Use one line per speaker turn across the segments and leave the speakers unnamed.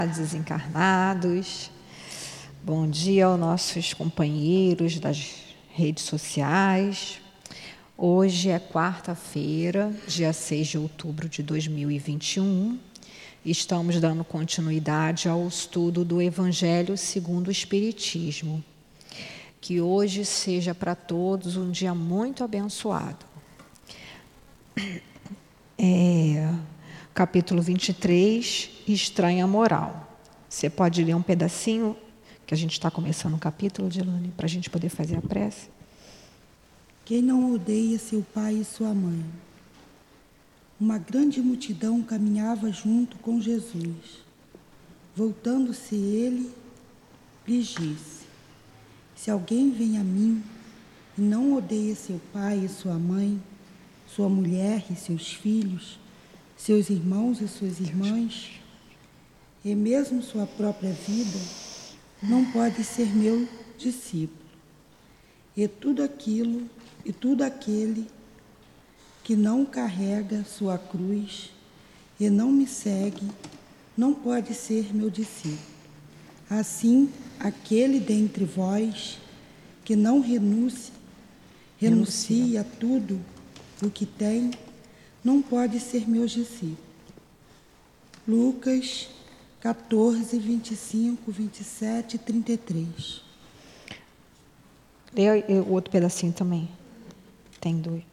desencarnados. Bom dia aos nossos companheiros das redes sociais. Hoje é quarta-feira, dia 6 de outubro de 2021. Estamos dando continuidade ao estudo do Evangelho segundo o Espiritismo. Que hoje seja para todos um dia muito abençoado. Capítulo 23, Estranha Moral. Você pode ler um pedacinho, que a gente está começando o capítulo, Dilane, para a gente poder fazer a prece?
Quem não odeia seu pai e sua mãe? Uma grande multidão caminhava junto com Jesus. Voltando-se ele, lhes disse: se alguém vem a mim e não odeia seu pai e sua mãe, sua mulher e seus filhos, seus irmãos e suas irmãs, e mesmo sua própria vida, não pode ser meu discípulo. E tudo aquele que não carrega sua cruz e não me segue, não pode ser meu discípulo. Assim, aquele dentre vós que não renuncia a tudo o que tem, não pode ser meu discípulo. Lucas 14, 25, 27 e 33.
Lê o outro pedacinho também. Tem dois.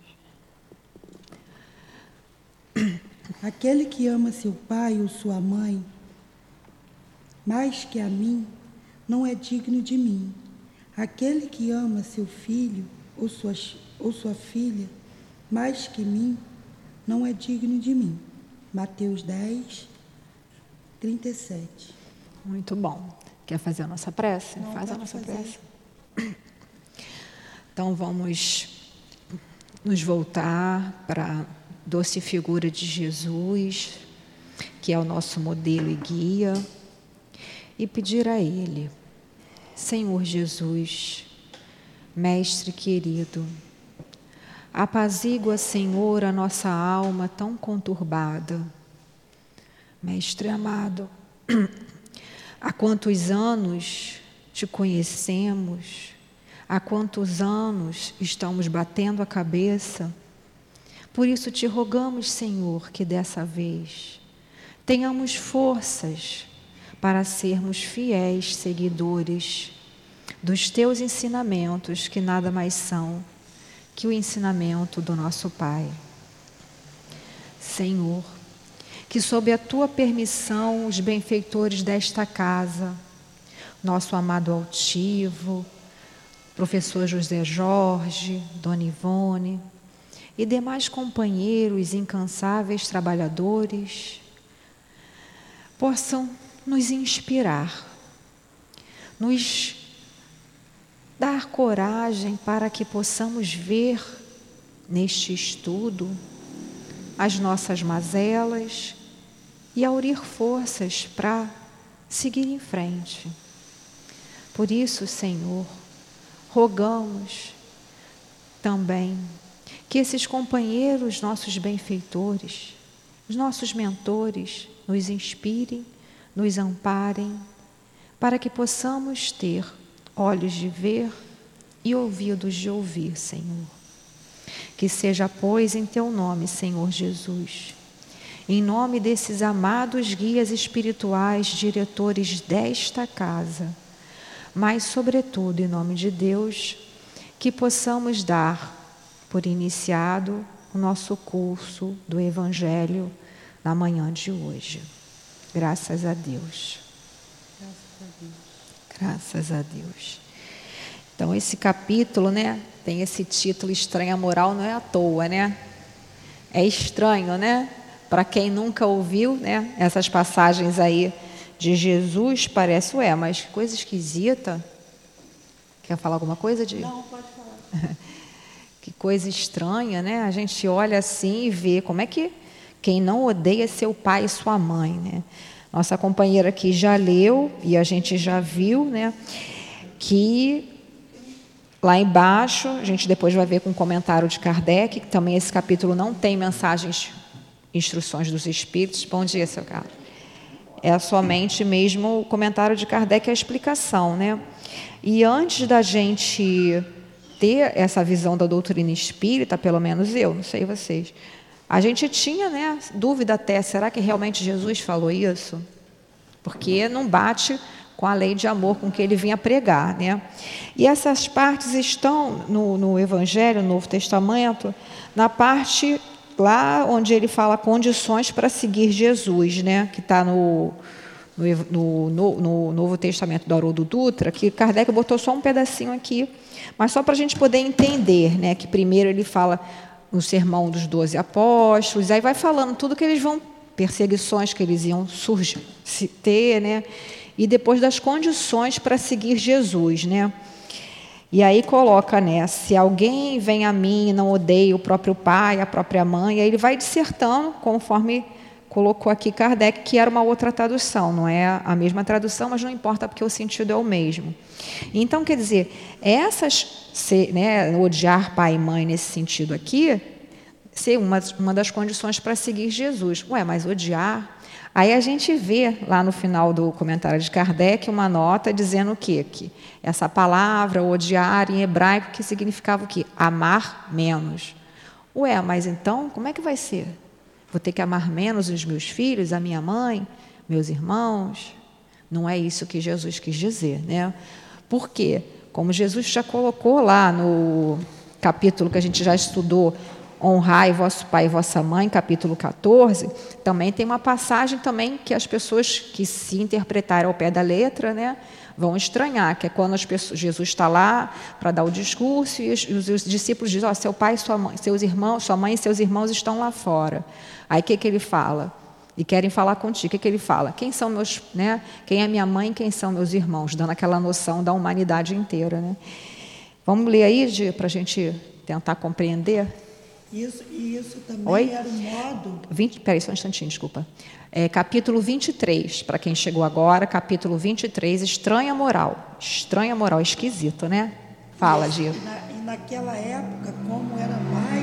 Aquele que ama seu pai ou sua mãe mais que a mim, não é digno de mim. Aquele que ama seu filho ou sua filha mais que mim, não é digno de mim. Mateus 10, 37.
Muito bom. Quer fazer a nossa prece?
Não,
faz a nossa
fazer.
prece. Então vamos nos voltar para a doce figura de Jesus, que é o nosso modelo e guia, e pedir a Ele: Senhor Jesus, Mestre querido, apazigua, Senhor, a nossa alma tão conturbada. Mestre amado, há quantos anos te conhecemos, há quantos anos estamos batendo a cabeça. Por isso te rogamos, Senhor, que dessa vez tenhamos forças para sermos fiéis seguidores dos teus ensinamentos, que nada mais são que o ensinamento do nosso Pai. Senhor, que sob a tua permissão os benfeitores desta casa, nosso amado altivo, professor José Jorge, Dona Ivone e demais companheiros incansáveis trabalhadores, possam nos inspirar, nos dar coragem para que possamos ver neste estudo as nossas mazelas e aurir forças para seguir em frente. Por isso, Senhor, rogamos também que esses companheiros, nossos benfeitores, os nossos mentores, nos inspirem, nos amparem, para que possamos ter olhos de ver e ouvidos de ouvir, Senhor. Que seja, pois, em teu nome, Senhor Jesus, em nome desses amados guias espirituais, diretores desta casa, mas, sobretudo, em nome de Deus, que possamos dar por iniciado o nosso curso do Evangelho na manhã de hoje. Graças a Deus. Graças a Deus. Então, esse capítulo, né, tem esse título Estranha Moral, não é à toa, né? É estranho, né? Para quem nunca ouviu, né, essas passagens aí de Jesus, parece, mas que coisa esquisita. Quer falar alguma coisa, Di?
Não, pode falar.
Que coisa estranha, né? A gente olha assim e vê como é que quem não odeia seu pai e sua mãe, né? Nossa companheira aqui já leu e a gente já viu, né, que lá embaixo, a gente depois vai ver com o comentário de Kardec, que também esse capítulo não tem mensagens, instruções dos espíritos. Bom dia, seu Carlos. é somente mesmo o comentário de Kardec, a explicação, né? E antes da gente ter essa visão da doutrina espírita, pelo menos eu, não sei vocês, a gente tinha, né, dúvida até, será que realmente Jesus falou isso? Porque não bate com a lei de amor com que ele vinha pregar, né? E essas partes estão no Evangelho, no Novo Testamento, na parte lá onde ele fala condições para seguir Jesus, né? Que está no Novo Testamento do Haroldo Dutra, que Kardec botou só um pedacinho aqui, mas só para a gente poder entender, né? Que primeiro ele fala no sermão dos 12 apóstolos, aí vai falando tudo que eles vão, perseguições que eles iam ter, né? E depois das condições para seguir Jesus, né? E aí coloca, né? Se alguém vem a mim e não odeia o próprio pai, a própria mãe, aí ele vai dissertando, conforme colocou aqui Kardec, que era uma outra tradução, não é a mesma tradução, mas não importa porque o sentido é o mesmo. Então, quer dizer, né, odiar pai e mãe nesse sentido aqui, ser uma das condições para seguir Jesus. Ué, mas odiar... Aí a gente vê lá no final do comentário de Kardec uma nota dizendo o quê? Que essa palavra, odiar, em hebraico, que significava o quê? Amar menos. Ué, mas então, como é que vai ser? Vou ter que amar menos os meus filhos, a minha mãe, meus irmãos? Não é isso que Jesus quis dizer, né? Por quê? Como Jesus já colocou lá no capítulo que a gente já estudou, honrai vosso pai e vossa mãe, capítulo 14, também tem uma passagem também que as pessoas que se interpretarem ao pé da letra, né, vão estranhar, que é quando Jesus está lá para dar o discurso e os discípulos dizem, seu pai, sua mãe, seus irmãos, sua mãe e seus irmãos estão lá fora. Aí o que ele fala? E querem falar contigo. O que ele fala? Quem são meus, né? Quem é minha mãe, quem são meus irmãos? Dando aquela noção da humanidade inteira, né? Vamos ler aí, para a gente tentar compreender?
Isso também
Oi?
era o modo...
Peraí, só um instantinho, desculpa. Capítulo 23, para quem chegou agora, capítulo 23, estranha moral. Estranha moral, esquisito, né? Fala, Gil.
E naquela época, como era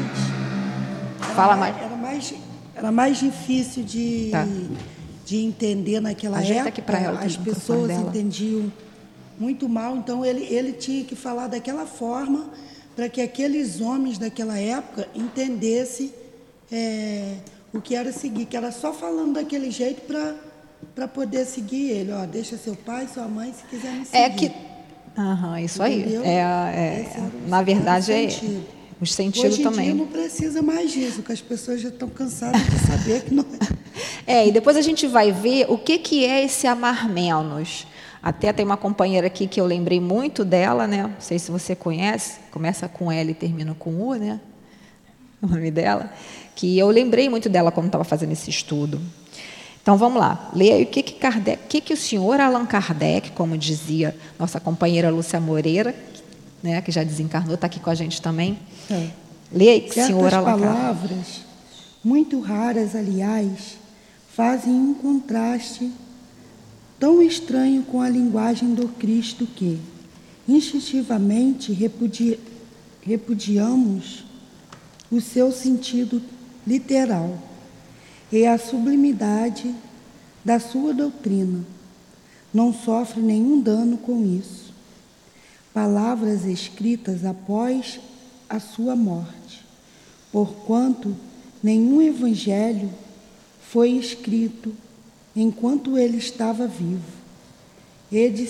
mais difícil de entender naquela época,
aqui para ela,
as pessoas entendiam muito mal, então ele tinha que falar daquela forma para que aqueles homens daquela época entendessem o que era seguir, que era só falando daquele jeito para poder seguir ele. Ó, deixa seu pai, sua mãe, se quiser me seguir.
Isso
entendeu?
Aí. Na verdade, o sentido
hoje em
também.
dia não precisa mais disso, porque as pessoas já estão cansadas de saber que não
e depois a gente vai ver o que é esse amar menos. Até tem uma companheira aqui que eu lembrei muito dela, né? Não sei se você conhece, começa com L e termina com U, né? O nome dela. Que eu lembrei muito dela quando estava fazendo esse estudo. Então, vamos lá. Leia aí o que o senhor Allan Kardec, como dizia nossa companheira Lúcia Moreira, né, que já desencarnou, está aqui com a gente também. Leia aí, senhor Allan Kardec.
Certas palavras, muito raras, aliás, fazem um contraste tão estranho com a linguagem do Cristo que, instintivamente, repudiamos o seu sentido literal e a sublimidade da sua doutrina. Não sofre nenhum dano com isso. Palavras escritas após a sua morte, porquanto nenhum evangelho foi escrito enquanto ele estava vivo. É de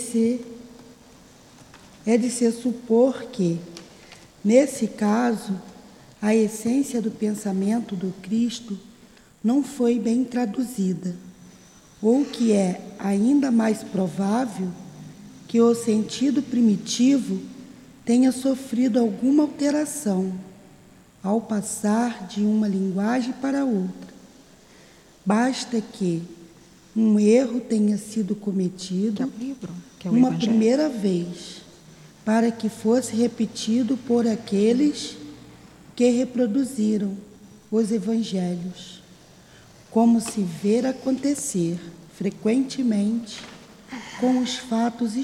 se supor que, nesse caso, a essência do pensamento do Cristo não foi bem traduzida, ou que é ainda mais provável que o sentido primitivo tenha sofrido alguma alteração ao passar de uma linguagem para outra. Basta que um erro tenha sido cometido uma primeira vez, para que fosse repetido por aqueles que reproduziram os evangelhos, como se vê acontecer frequentemente com os fatos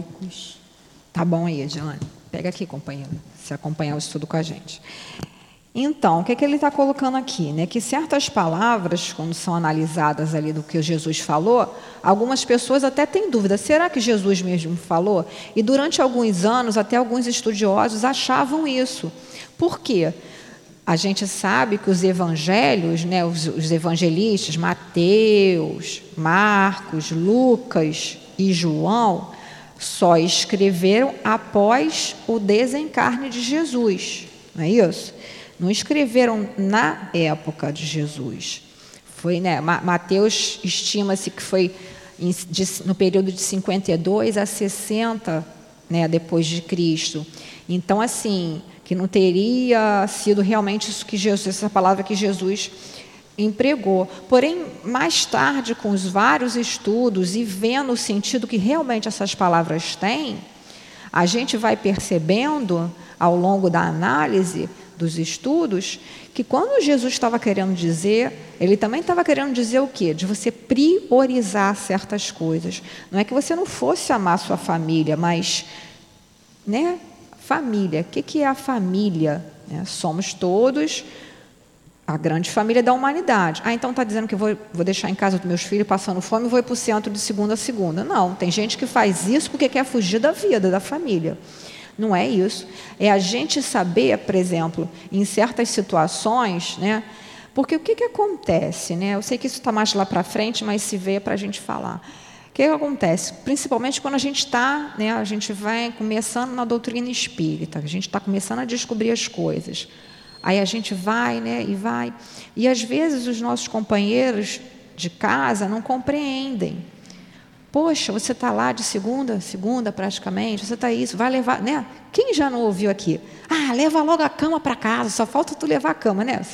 históricos.
Tá bom aí, Ediane. Pega aqui, companheira, se acompanhar o estudo com a gente. Então, o que ele está colocando aqui? Né? Que certas palavras, quando são analisadas ali do que Jesus falou, algumas pessoas até têm dúvida, será que Jesus mesmo falou? E durante alguns anos, até alguns estudiosos achavam isso. Por quê? A gente sabe que os evangelhos, né, os evangelistas, Mateus, Marcos, Lucas e João, só escreveram após o desencarne de Jesus, não é isso? Não escreveram na época de Jesus. Foi, né, Mateus estima-se que foi no período de 52 a 60, né, depois de Cristo. Então, assim, que não teria sido realmente isso que Jesus, essa palavra que Jesus empregou. Porém, mais tarde, com os vários estudos e vendo o sentido que realmente essas palavras têm, a gente vai percebendo, ao longo da análise dos estudos, que quando Jesus estava querendo dizer, ele também estava querendo dizer o quê? De você priorizar certas coisas. Não é que você não fosse amar sua família, mas, né, família. O que é a família? Somos todos a grande família da humanidade. Então está dizendo que vou deixar em casa dos meus filhos passando fome e vou ir para o centro de segunda a segunda. Não, tem gente que faz isso porque quer fugir da vida, da família. Não é isso. É a gente saber, por exemplo, em certas situações, né? Porque o que acontece, né? Eu sei que isso está mais lá para frente, mas se vê para a gente falar. O que acontece? Principalmente quando a gente está, né? A gente vai começando na doutrina espírita, a gente está começando a descobrir as coisas. Aí a gente vai, né? E vai. E às vezes os nossos companheiros de casa não compreendem. Poxa, você está lá de segunda praticamente, você está isso, vai levar, né? Quem já não ouviu aqui? Leva logo a cama para casa, só falta tu levar a cama, né?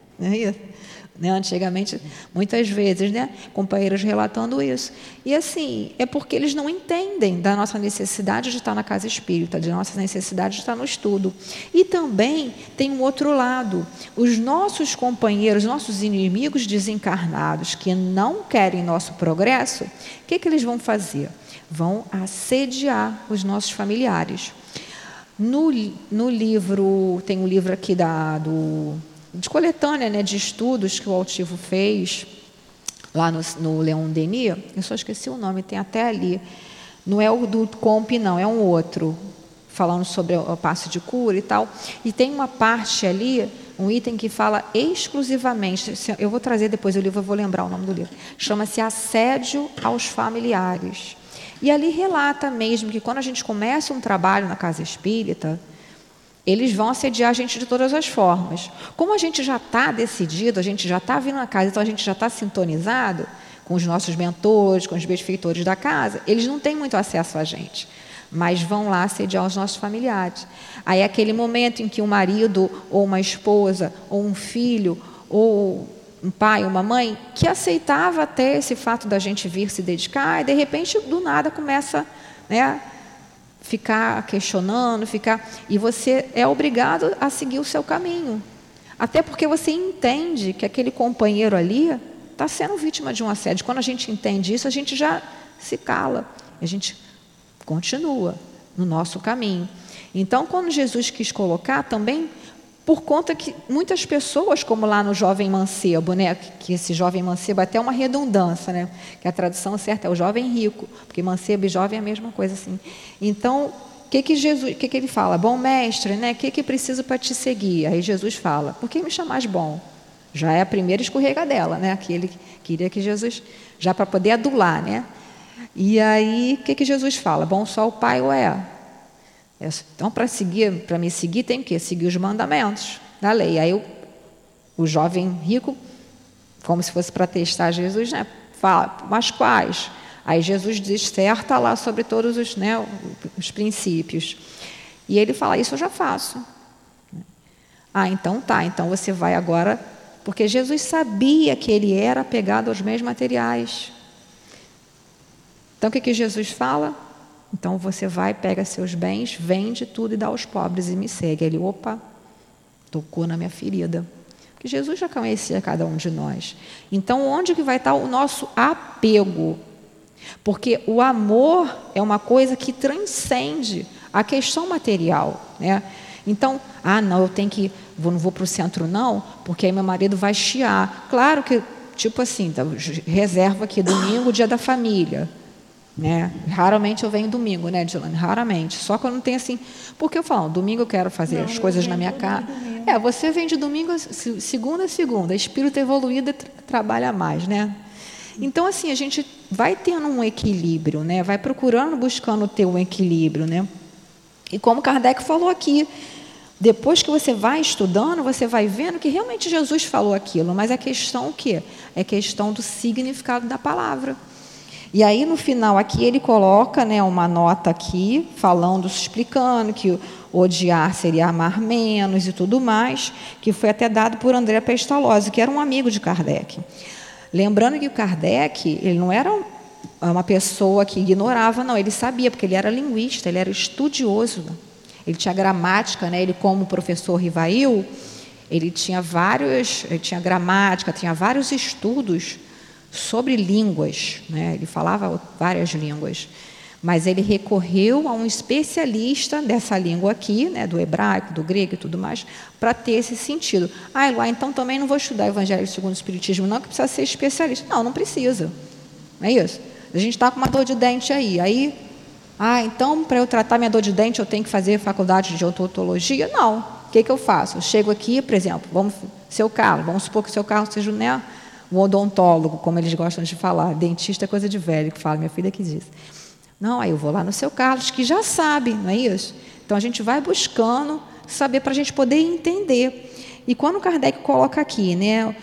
Né? Antigamente, muitas vezes, né? Companheiros relatando isso. E assim, é porque eles não entendem da nossa necessidade de estar na casa espírita, da nossa necessidade de estar no estudo. E também tem um outro lado. Os nossos companheiros, nossos inimigos desencarnados, que não querem nosso progresso, o que eles vão fazer? Vão assediar os nossos familiares. No livro, tem um livro aqui de coletânea, né, de estudos que o Altivo fez, lá no Leon Denis, eu só esqueci o nome, tem até ali, não é o do Comp, não, é um outro, falando sobre o passe de cura e tal, e tem uma parte ali, um item que fala exclusivamente, eu vou trazer depois o livro, eu vou lembrar o nome do livro, chama-se Assédio aos Familiares, e ali relata mesmo que quando a gente começa um trabalho na casa espírita, eles vão assediar a gente de todas as formas. Como a gente já está decidido, a gente já está vindo na casa, então a gente já está sintonizado com os nossos mentores, com os benfeitores da casa, eles não têm muito acesso a gente, mas vão lá assediar os nossos familiares. Aí é aquele momento em que um marido, ou uma esposa, ou um filho, ou um pai, uma mãe, que aceitava até esse fato da gente vir se dedicar, e de repente, do nada, começa, né, ficar questionando, e você é obrigado a seguir o seu caminho. Até porque você entende que aquele companheiro ali está sendo vítima de um assédio. Quando a gente entende isso, a gente já se cala, a gente continua no nosso caminho. Então, quando Jesus quis colocar também, por conta que muitas pessoas, como lá no jovem mancebo, né, que esse jovem mancebo até é uma redundância, né, que a tradução certa é o jovem rico, porque mancebo e jovem é a mesma coisa assim. Então, o que ele fala? Bom mestre, né, o que preciso para te seguir? Aí Jesus fala, por que me chamais bom? Já é a primeira escorregadela, né, que ele queria que Jesus, já para poder adular, né? E aí, o que Jesus fala? Bom só o Pai o é. Então, para me seguir, tem que seguir os mandamentos da lei. Aí o jovem rico, como se fosse para testar Jesus, né, fala, mas quais? Aí Jesus disserta lá sobre todos os, né, os princípios. E ele fala, isso eu já faço. Então tá, então você vai agora, porque Jesus sabia que ele era apegado aos bens materiais. Então o que Jesus fala? Então você vai, pega seus bens, vende tudo e dá aos pobres e me segue. Ele, opa, tocou na minha ferida. Porque Jesus já conhecia cada um de nós. Então onde que vai estar o nosso apego? Porque o amor é uma coisa que transcende a questão material, né? Então, não, eu tenho que, não vou para o centro não, porque aí meu marido vai chiar. Claro que, tipo assim, reserva aqui domingo, dia da família, né? Raramente eu venho domingo, né, Dilane? Raramente. Só quando não tem assim, porque eu falo, domingo eu quero fazer as coisas na minha casa. Você vem de domingo, segunda a segunda, espírito evoluído trabalha mais, né? Então, assim, a gente vai tendo um equilíbrio, né? Vai procurando, buscando ter um equilíbrio, né? E como Kardec falou aqui, depois que você vai estudando, você vai vendo que realmente Jesus falou aquilo, mas a questão o quê? É questão do significado da palavra. E aí, no final aqui, ele coloca, né, uma nota aqui, falando, explicando que odiar seria amar menos e tudo mais, que foi até dado por André Pestalozzi, que era um amigo de Kardec. Lembrando que o Kardec, ele não era uma pessoa que ignorava, não, ele sabia, porque ele era linguista, ele era estudioso, ele tinha gramática, né? Ele, como professor Rivail, ele tinha gramática, tinha vários estudos sobre línguas, né? Ele falava várias línguas, mas ele recorreu a um especialista dessa língua aqui, né, do hebraico, do grego e tudo mais, para ter esse sentido. Eloá, então também não vou estudar Evangelho segundo o Espiritismo, não, que precisa ser especialista. Não, não precisa. Não é isso? A gente está com uma dor de dente aí, então para eu tratar minha dor de dente eu tenho que fazer faculdade de odontologia? Não. O que eu faço? Eu chego aqui, por exemplo, vamos supor que o seu Carlos seja, né, um odontólogo, como eles gostam de falar. Dentista é coisa de velho, que fala, minha filha que diz. Não, aí eu vou lá no seu Carlos, que já sabe, não é isso? Então a gente vai buscando saber para a gente poder entender. E quando Kardec coloca aqui, né,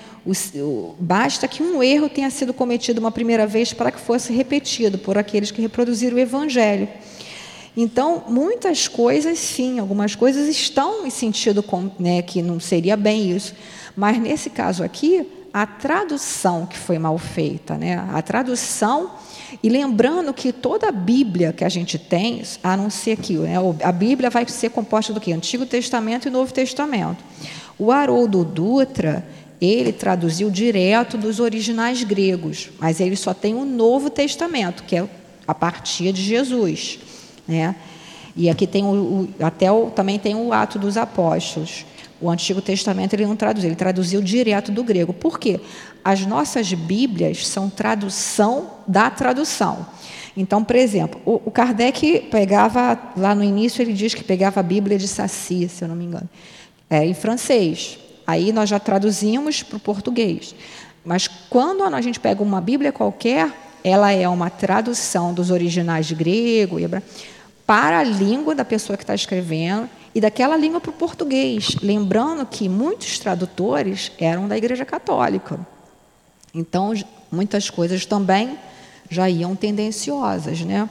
basta que um erro tenha sido cometido uma primeira vez para que fosse repetido por aqueles que reproduziram o Evangelho. Então, muitas coisas, sim, algumas coisas estão em sentido, né, que não seria bem isso. Mas, nesse caso aqui, a tradução que foi mal feita, né? A tradução, e lembrando que toda a Bíblia que a gente tem, a não ser que, né, a Bíblia vai ser composta do quê? Antigo Testamento e Novo Testamento. O Haroldo Dutra, ele traduziu direto dos originais gregos, mas ele só tem o Novo Testamento, que é a partir de Jesus, né? E aqui tem também tem o Ato dos Apóstolos. O Antigo Testamento ele não traduziu, ele traduziu direto do grego. Por quê? As nossas Bíblias são tradução da tradução. Então, por exemplo, o Kardec pegava, lá no início ele diz que pegava a Bíblia de Saci, se eu não me engano, em francês. Aí nós já traduzimos para o português. Mas quando a gente pega uma Bíblia qualquer, ela é uma tradução dos originais de grego, para a língua da pessoa que está escrevendo, e daquela língua para o português. Lembrando que muitos tradutores eram da Igreja Católica. Então, muitas coisas também já iam tendenciosas, né?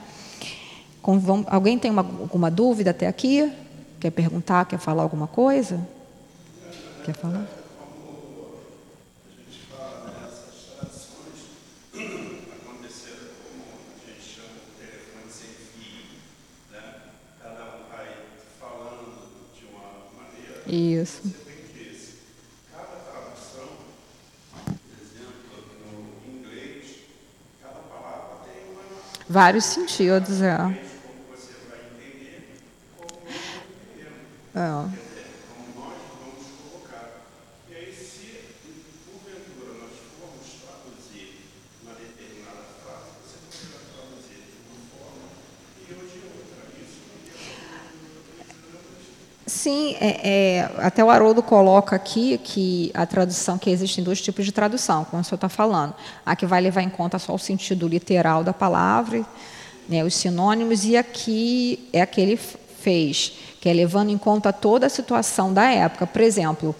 Alguém tem alguma dúvida até aqui? Quer perguntar, quer falar alguma coisa? Quer falar? Isso.
Cada tradução, por exemplo, no inglês, cada palavra tem
vários sentidos,
como você vai entender, como nós entendemos. Como nós vamos colocar. E aí, se porventura nós formos traduzir uma determinada frase, você poderá traduzir de uma forma e eu de outra. Isso não
Sim, até o Haroldo coloca aqui que a tradução, que existem dois tipos de tradução, como o senhor está falando. A que vai levar em conta só o sentido literal da palavra, né, os sinônimos, e aqui é a que ele fez, que é levando em conta toda a situação da época. Por exemplo,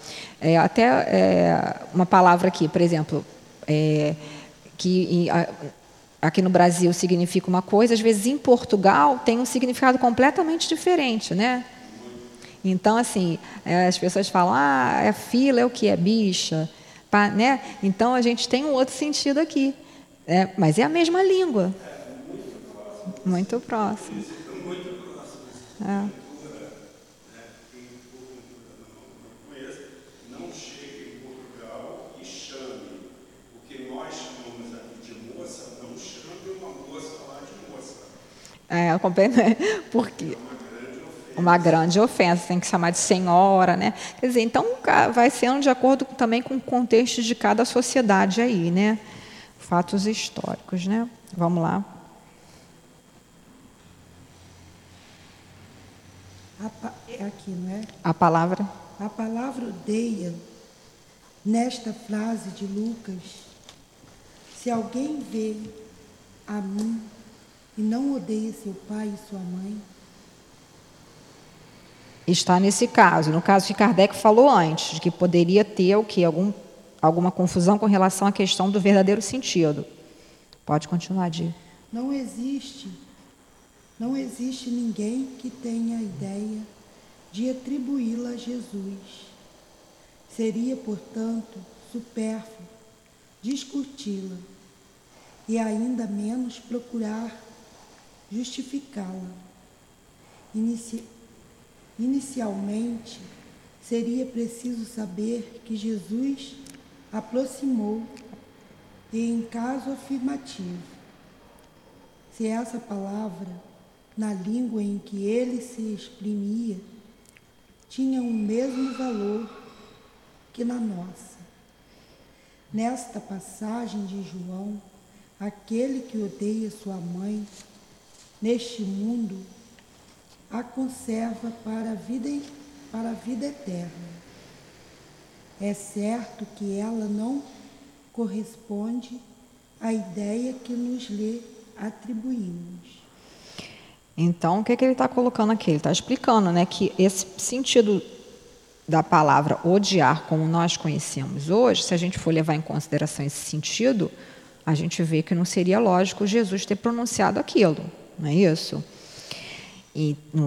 uma palavra aqui, por exemplo, que aqui no Brasil significa uma coisa, às vezes em Portugal tem um significado completamente diferente, né? Então, assim, as pessoas falam, é fila, é o que? É bicha, né? Então, a gente tem um outro sentido aqui, mas é a mesma língua. Muito próximo.
não chegue em Portugal e chame o que nós chamamos aqui de moça, não chame uma moça lá de moça.
Porque uma grande ofensa, tem que chamar de senhora, né? Quer dizer, então vai sendo de acordo também com o contexto de cada sociedade aí, né? Fatos históricos, né? Vamos lá.
É aqui, não é?
A palavra.
A palavra odeia, nesta frase de Lucas, se alguém vê a mim e não odeia seu pai e sua mãe.
Está nesse caso, no caso que Kardec falou antes, de que poderia ter o quê? Alguma confusão com relação à questão do verdadeiro sentido. Pode continuar, Di.
Não existe ninguém que tenha a ideia de atribuí-la a Jesus. Seria, portanto, supérfluo discuti-la e ainda menos procurar justificá-la. Inicialmente, seria preciso saber que Jesus aproximou e, em caso afirmativo, se essa palavra, na língua em que ele se exprimia, tinha o mesmo valor que na nossa. Nesta passagem de João, aquele que odeia sua mãe, neste mundo, a conserva para a vida eterna. É certo que ela não corresponde à ideia que nos lhe atribuímos.
Então, o que ele está colocando aqui? Ele está explicando, né, que esse sentido da palavra odiar, como nós conhecemos hoje, se a gente for levar em consideração esse sentido, a gente vê que não seria lógico Jesus ter pronunciado aquilo, não é isso? E não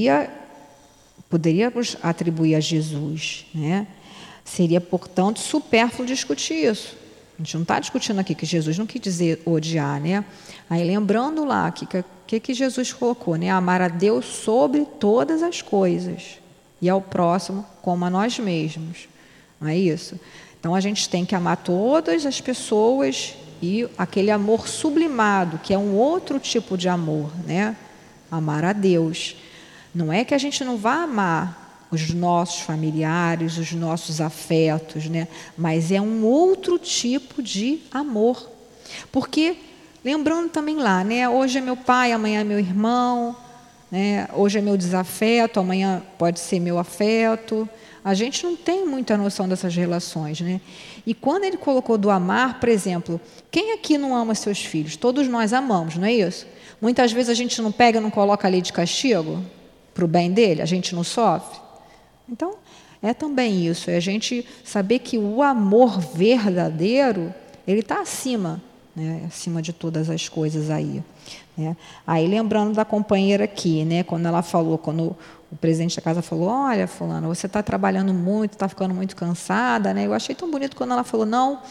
poderíamos atribuir a Jesus, né? Seria, portanto, supérfluo discutir isso. A gente não está discutindo aqui que Jesus não quis dizer odiar, né? Aí lembrando lá que Jesus colocou, né? Amar a Deus sobre todas as coisas e ao próximo como a nós mesmos, não é isso? Então a gente tem que amar todas as pessoas e aquele amor sublimado, que é um outro tipo de amor, né? Amar a Deus. Não é que a gente não vá amar os nossos familiares, os nossos afetos, né? Mas é um outro tipo de amor. Porque, lembrando também lá, né? Hoje é meu pai, amanhã é meu irmão, né? Hoje é meu desafeto, amanhã pode ser meu afeto. A gente não tem muita noção dessas relações, né? E quando ele colocou do amar, por exemplo, quem aqui não ama seus filhos? Todos nós amamos, não é isso? Muitas vezes a gente não pega, não coloca a lei de castigo para o bem dele, a gente não sofre. Então, é também isso, é a gente saber que o amor verdadeiro, ele está acima, né? Acima de todas as coisas aí. Né? Aí, lembrando da companheira aqui, né? Quando ela falou, quando o presidente da casa falou, olha, fulana, você está trabalhando muito, está ficando muito cansada, né? Eu achei tão bonito quando ela falou, não,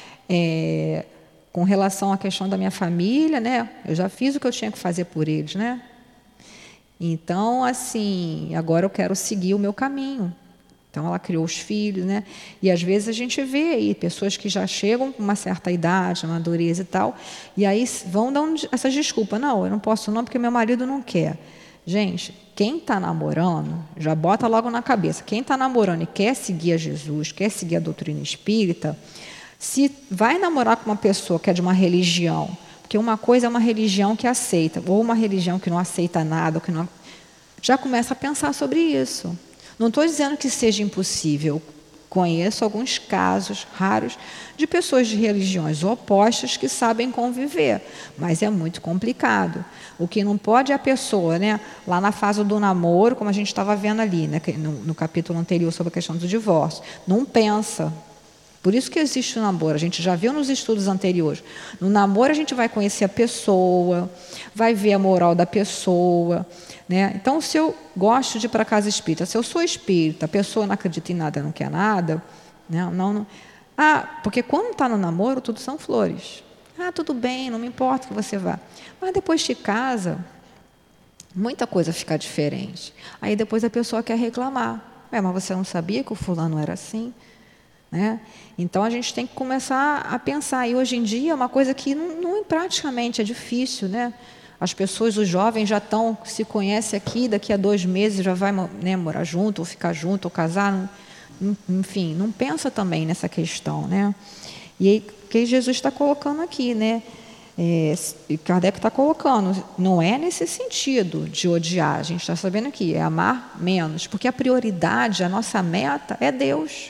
com relação à questão da minha família, né? Eu já fiz o que eu tinha que fazer por eles, né? Então, assim, agora eu quero seguir o meu caminho. Então, ela criou os filhos, né? E, às vezes, a gente vê aí pessoas que já chegam com uma certa idade, madurez e tal, e aí vão dando essas desculpas. Não, eu não posso não, porque meu marido não quer. Gente, quem está namorando, já bota logo na cabeça, quem está namorando e quer seguir a Jesus, quer seguir a doutrina espírita, se vai namorar com uma pessoa que é de uma religião, porque uma coisa é uma religião que aceita, ou uma religião que não aceita nada, que não, já começa a pensar sobre isso. Não estou dizendo que seja impossível. Conheço alguns casos raros de pessoas de religiões opostas que sabem conviver, mas é muito complicado. O que não pode é a pessoa, né, lá na fase do namoro, como a gente estava vendo ali, né, no capítulo anterior sobre a questão do divórcio, não pensa. Por isso que existe o namoro, a gente já viu nos estudos anteriores. No namoro a gente vai conhecer a pessoa, vai ver a moral da pessoa, né? Então, se eu gosto de ir para a casa espírita, se eu sou espírita, a pessoa não acredita em nada, não quer nada, né? Não. Porque quando está no namoro, tudo são flores. Tudo bem, não me importa que você vá. Mas depois de casa, muita coisa fica diferente. Aí depois a pessoa quer reclamar. Mas você não sabia que o fulano era assim? Né? Então, a gente tem que começar a pensar. E hoje em dia é uma coisa que não praticamente é difícil, né? As pessoas, os jovens já se conhecem aqui, daqui a 2 meses já vai, né, morar junto, ou ficar junto, ou casar. Enfim, não pensa também nessa questão, né? E aí, o que Jesus está colocando aqui, né? Kardec está colocando, não é nesse sentido de odiar, a gente está sabendo aqui, é amar menos, porque a prioridade, a nossa meta é Deus.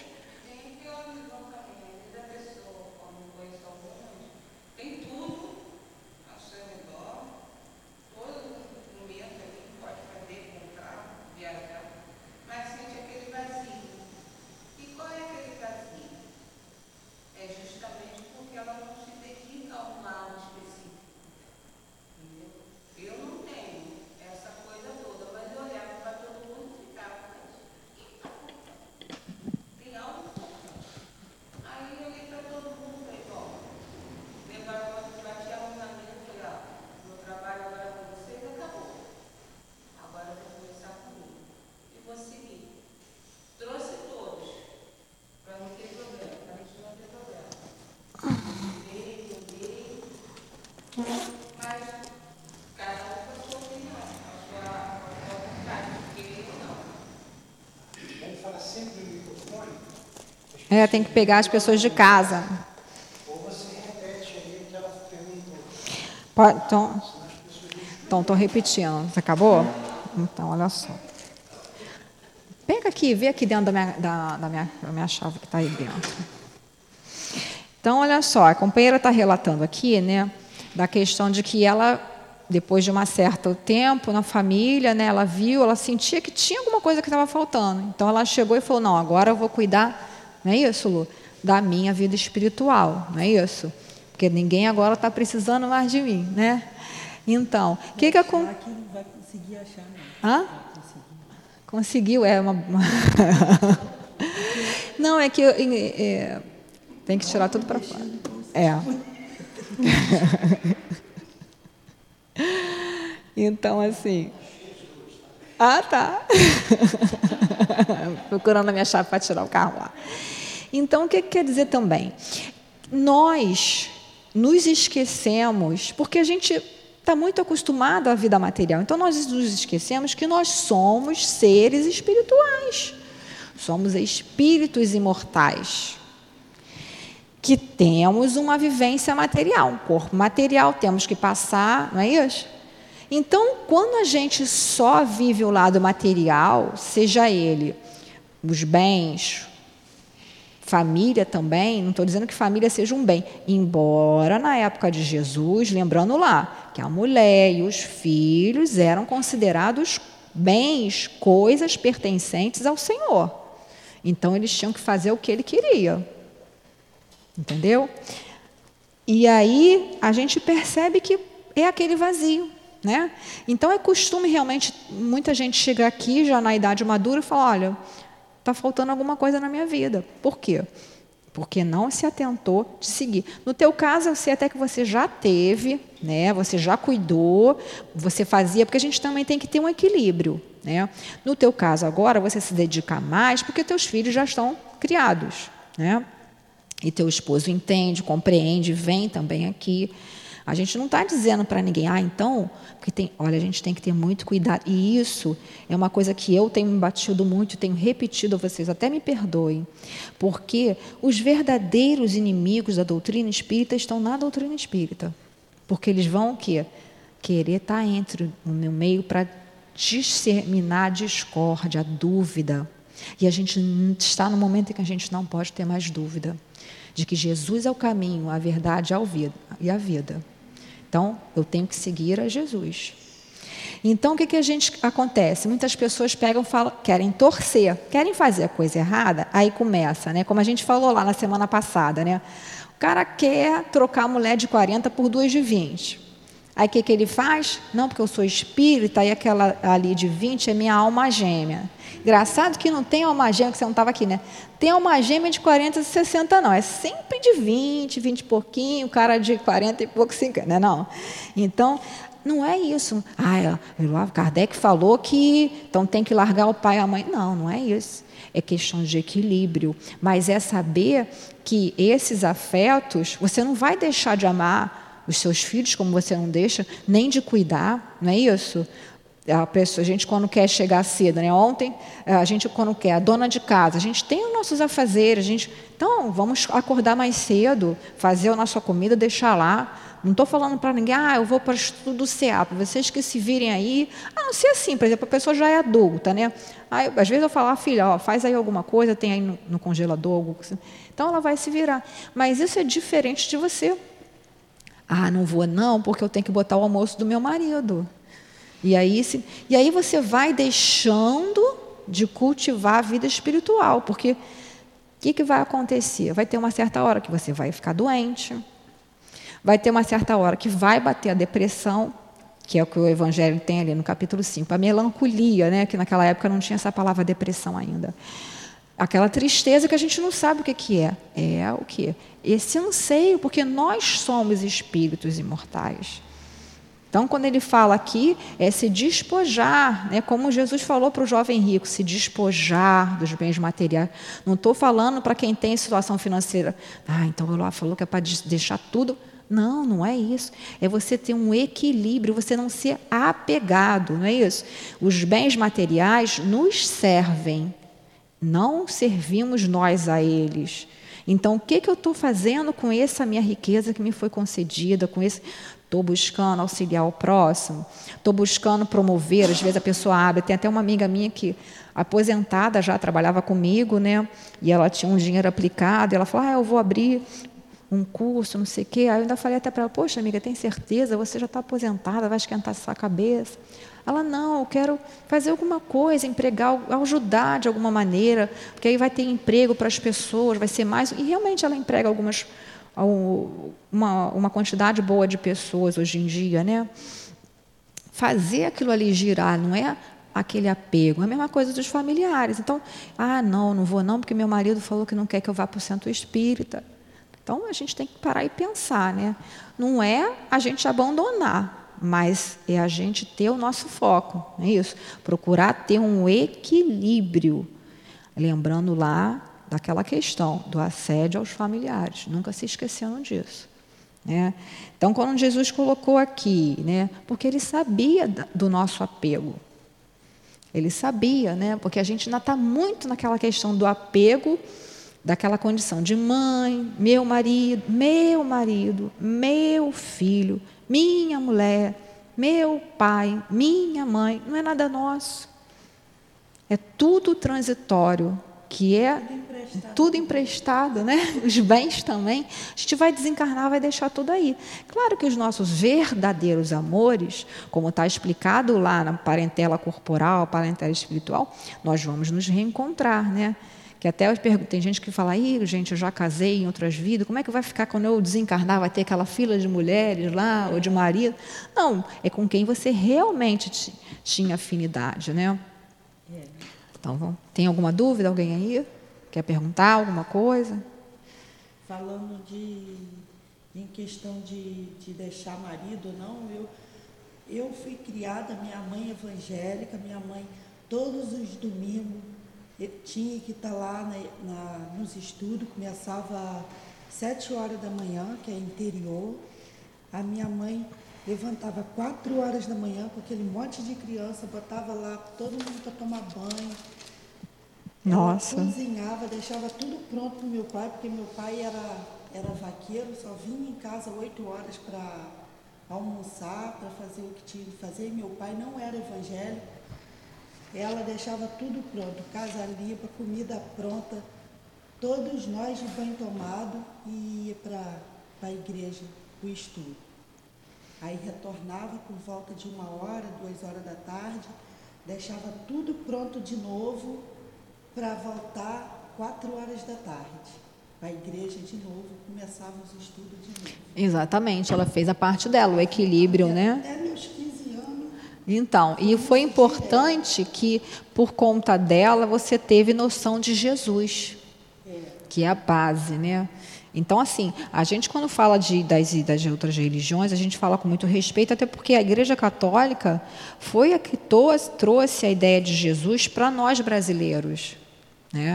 Tem que pegar as pessoas de casa.
Ou você repete aí o que ela perguntou.
Então, estou repetindo. Você acabou? Então, olha só. Pega aqui, vê aqui dentro da minha chave que está aí dentro. Então, olha só, a companheira está relatando aqui, né, da questão de que ela, depois de um certo tempo na família, né, ela viu, ela sentia que tinha alguma coisa que estava faltando. Então, ela chegou e falou, não, agora eu vou cuidar, não é isso, Lu? Da minha vida espiritual, não é isso? Porque ninguém agora está precisando mais de mim, né? Então, o que aconteceu?
Aqui não vai conseguir achar, não.
Hã? Conseguiu, Não, é que tem que tirar tudo para fora. Então, assim... tá. Procurando a minha chave para tirar o carro lá. Então, o que quer dizer também? Nós nos esquecemos, porque a gente está muito acostumado à vida material, então nós nos esquecemos que nós somos seres espirituais, somos espíritos imortais, que temos uma vivência material, um corpo material, temos que passar, não é isso? Então, quando a gente só vive o lado material, seja ele os bens, família também, não estou dizendo que família seja um bem, embora na época de Jesus, lembrando lá, que a mulher e os filhos eram considerados bens, coisas pertencentes ao Senhor. Então, eles tinham que fazer o que ele queria. Entendeu? E aí, a gente percebe que é aquele vazio. Né? Então, é costume realmente, muita gente chega aqui já na idade madura e fala, olha, está faltando alguma coisa na minha vida. Por quê? Porque não se atentou de seguir. No teu caso, eu sei até que você já teve, né? Você já cuidou, você fazia, porque a gente também tem que ter um equilíbrio. Né? No teu caso agora, você se dedica mais porque teus filhos já estão criados. Né? E teu esposo entende, compreende, vem também aqui. A gente não está dizendo para ninguém, então, porque olha, a gente tem que ter muito cuidado. E isso é uma coisa que eu tenho me batido muito, tenho repetido a vocês, até me perdoem, porque os verdadeiros inimigos da doutrina espírita estão na doutrina espírita. Porque eles vão o quê? Querer estar no meio para disseminar a discórdia, a dúvida. E a gente está no momento em que a gente não pode ter mais dúvida de que Jesus é o caminho, a verdade e a vida. Então, eu tenho que seguir a Jesus. Então, o que a gente acontece? Muitas pessoas pegam, falam, querem torcer, querem fazer a coisa errada, aí começa, né? Como a gente falou lá na semana passada, né? O cara quer trocar a mulher de 40 por 2 de 20. Aí o que ele faz? Não, porque eu sou espírita e aquela ali de 20 é minha alma gêmea. Engraçado que não tem alma gêmea, que você não estava aqui, né? Tem alma gêmea de 40 e 60, não. É sempre de 20 e pouquinho, o cara de 40 e pouco, 50, né? Não. Então, não é isso. Kardec falou que então tem que largar o pai e a mãe. Não, não é isso. É questão de equilíbrio. Mas é saber que esses afetos, você não vai deixar de amar os seus filhos, como você não deixa nem de cuidar, não é isso? A gente quando quer chegar cedo, né? Ontem, a gente quando quer, a dona de casa, a gente tem os nossos afazeres, então vamos acordar mais cedo, fazer a nossa comida, deixar lá. Não estou falando para ninguém, eu vou para o estudo do CA, para vocês que se virem aí, a não ser assim, por exemplo, a pessoa já é adulta, né? Aí, às vezes eu falo, filha, faz aí alguma coisa, tem aí no congelador, algo assim. Então ela vai se virar. Mas isso é diferente de você. Não vou não, porque eu tenho que botar o almoço do meu marido. E aí você vai deixando de cultivar a vida espiritual, porque o que vai acontecer? Vai ter uma certa hora que você vai ficar doente, vai ter uma certa hora que vai bater a depressão, que é o que o Evangelho tem ali no capítulo 5, a melancolia, né, que naquela época não tinha essa palavra depressão ainda. Aquela tristeza que a gente não sabe o que é. É o quê? Esse anseio, porque nós somos espíritos imortais. Então, quando ele fala aqui, é se despojar, né? Como Jesus falou para o jovem rico, se despojar dos bens materiais. Não estou falando para quem tem situação financeira. Então ele falou que é para deixar tudo. Não, não é isso. É você ter um equilíbrio, você não ser apegado, não é isso? Os bens materiais nos servem, não servimos nós a eles. Então, o que eu estou fazendo com essa minha riqueza que me foi concedida, com esse... Estou buscando auxiliar o próximo, estou buscando promover, às vezes a pessoa abre, tem até uma amiga minha que, aposentada, já trabalhava comigo, né? E ela tinha um dinheiro aplicado, e ela falou, eu vou abrir um curso, não sei o quê. Aí eu ainda falei até para ela, poxa amiga, tem certeza? Você já está aposentada, vai esquentar essa cabeça. Ela, não, eu quero fazer alguma coisa, empregar, ajudar de alguma maneira, porque aí vai ter emprego para as pessoas, vai ser mais... E realmente ela emprega uma quantidade boa de pessoas hoje em dia, né? Fazer aquilo ali girar, não é aquele apego, é a mesma coisa dos familiares. Então, não vou não, porque meu marido falou que não quer que eu vá para o centro espírita. Então, a gente tem que parar e pensar, né? Não é a gente abandonar, mas é a gente ter o nosso foco, não é isso? Procurar ter um equilíbrio, lembrando lá daquela questão do assédio aos familiares, nunca se esquecendo disso, né? Então, quando Jesus colocou aqui, né, porque ele sabia do nosso apego, ele sabia, né, porque a gente ainda está muito naquela questão do apego, daquela condição de mãe, meu marido, meu filho, minha mulher, meu pai, minha mãe, não é nada nosso, é tudo transitório, que é tudo emprestado, né? Os bens também. A gente vai desencarnar, vai deixar tudo aí. Claro que os nossos verdadeiros amores, como está explicado lá na parentela corporal, parentela espiritual, nós vamos nos reencontrar, né? Que até tem gente que fala, gente, eu já casei em outras vidas, como é que vai ficar quando eu desencarnar? Vai ter aquela fila de mulheres lá, ou de marido? Não, é com quem você realmente tinha afinidade, né? Então, tem alguma dúvida? Alguém aí? Quer perguntar alguma coisa?
Falando em questão de deixar marido ou não, eu fui criada, minha mãe evangélica, minha mãe, todos os domingos, tinha que estar lá nos estudos, começava às 7 horas da manhã, que é interior. A minha mãe levantava 4 horas da manhã com aquele monte de criança, botava lá todo mundo para tomar banho.
Nossa.
Ela cozinhava, deixava tudo pronto para o meu pai, porque meu pai era vaqueiro, só vinha em casa 8 horas para almoçar, para fazer o que tinha que fazer. E meu pai não era evangélico. Ela deixava tudo pronto, casa limpa, comida pronta, todos nós de banho tomado e ia para a igreja, o estudo. Aí retornava por volta de 1 hora, 2 horas da tarde, deixava tudo pronto de novo para voltar 4 horas da tarde. Para a igreja de novo, começava os estudos de novo.
Exatamente, ela fez a parte dela, o equilíbrio, né?
Até meus 15 anos.
Então, e foi importante que, por conta dela, você teve noção de Jesus, que é a base, né? Então, assim, a gente quando fala das outras religiões, a gente fala com muito respeito, até porque a Igreja Católica foi a que trouxe a ideia de Jesus para nós brasileiros, né?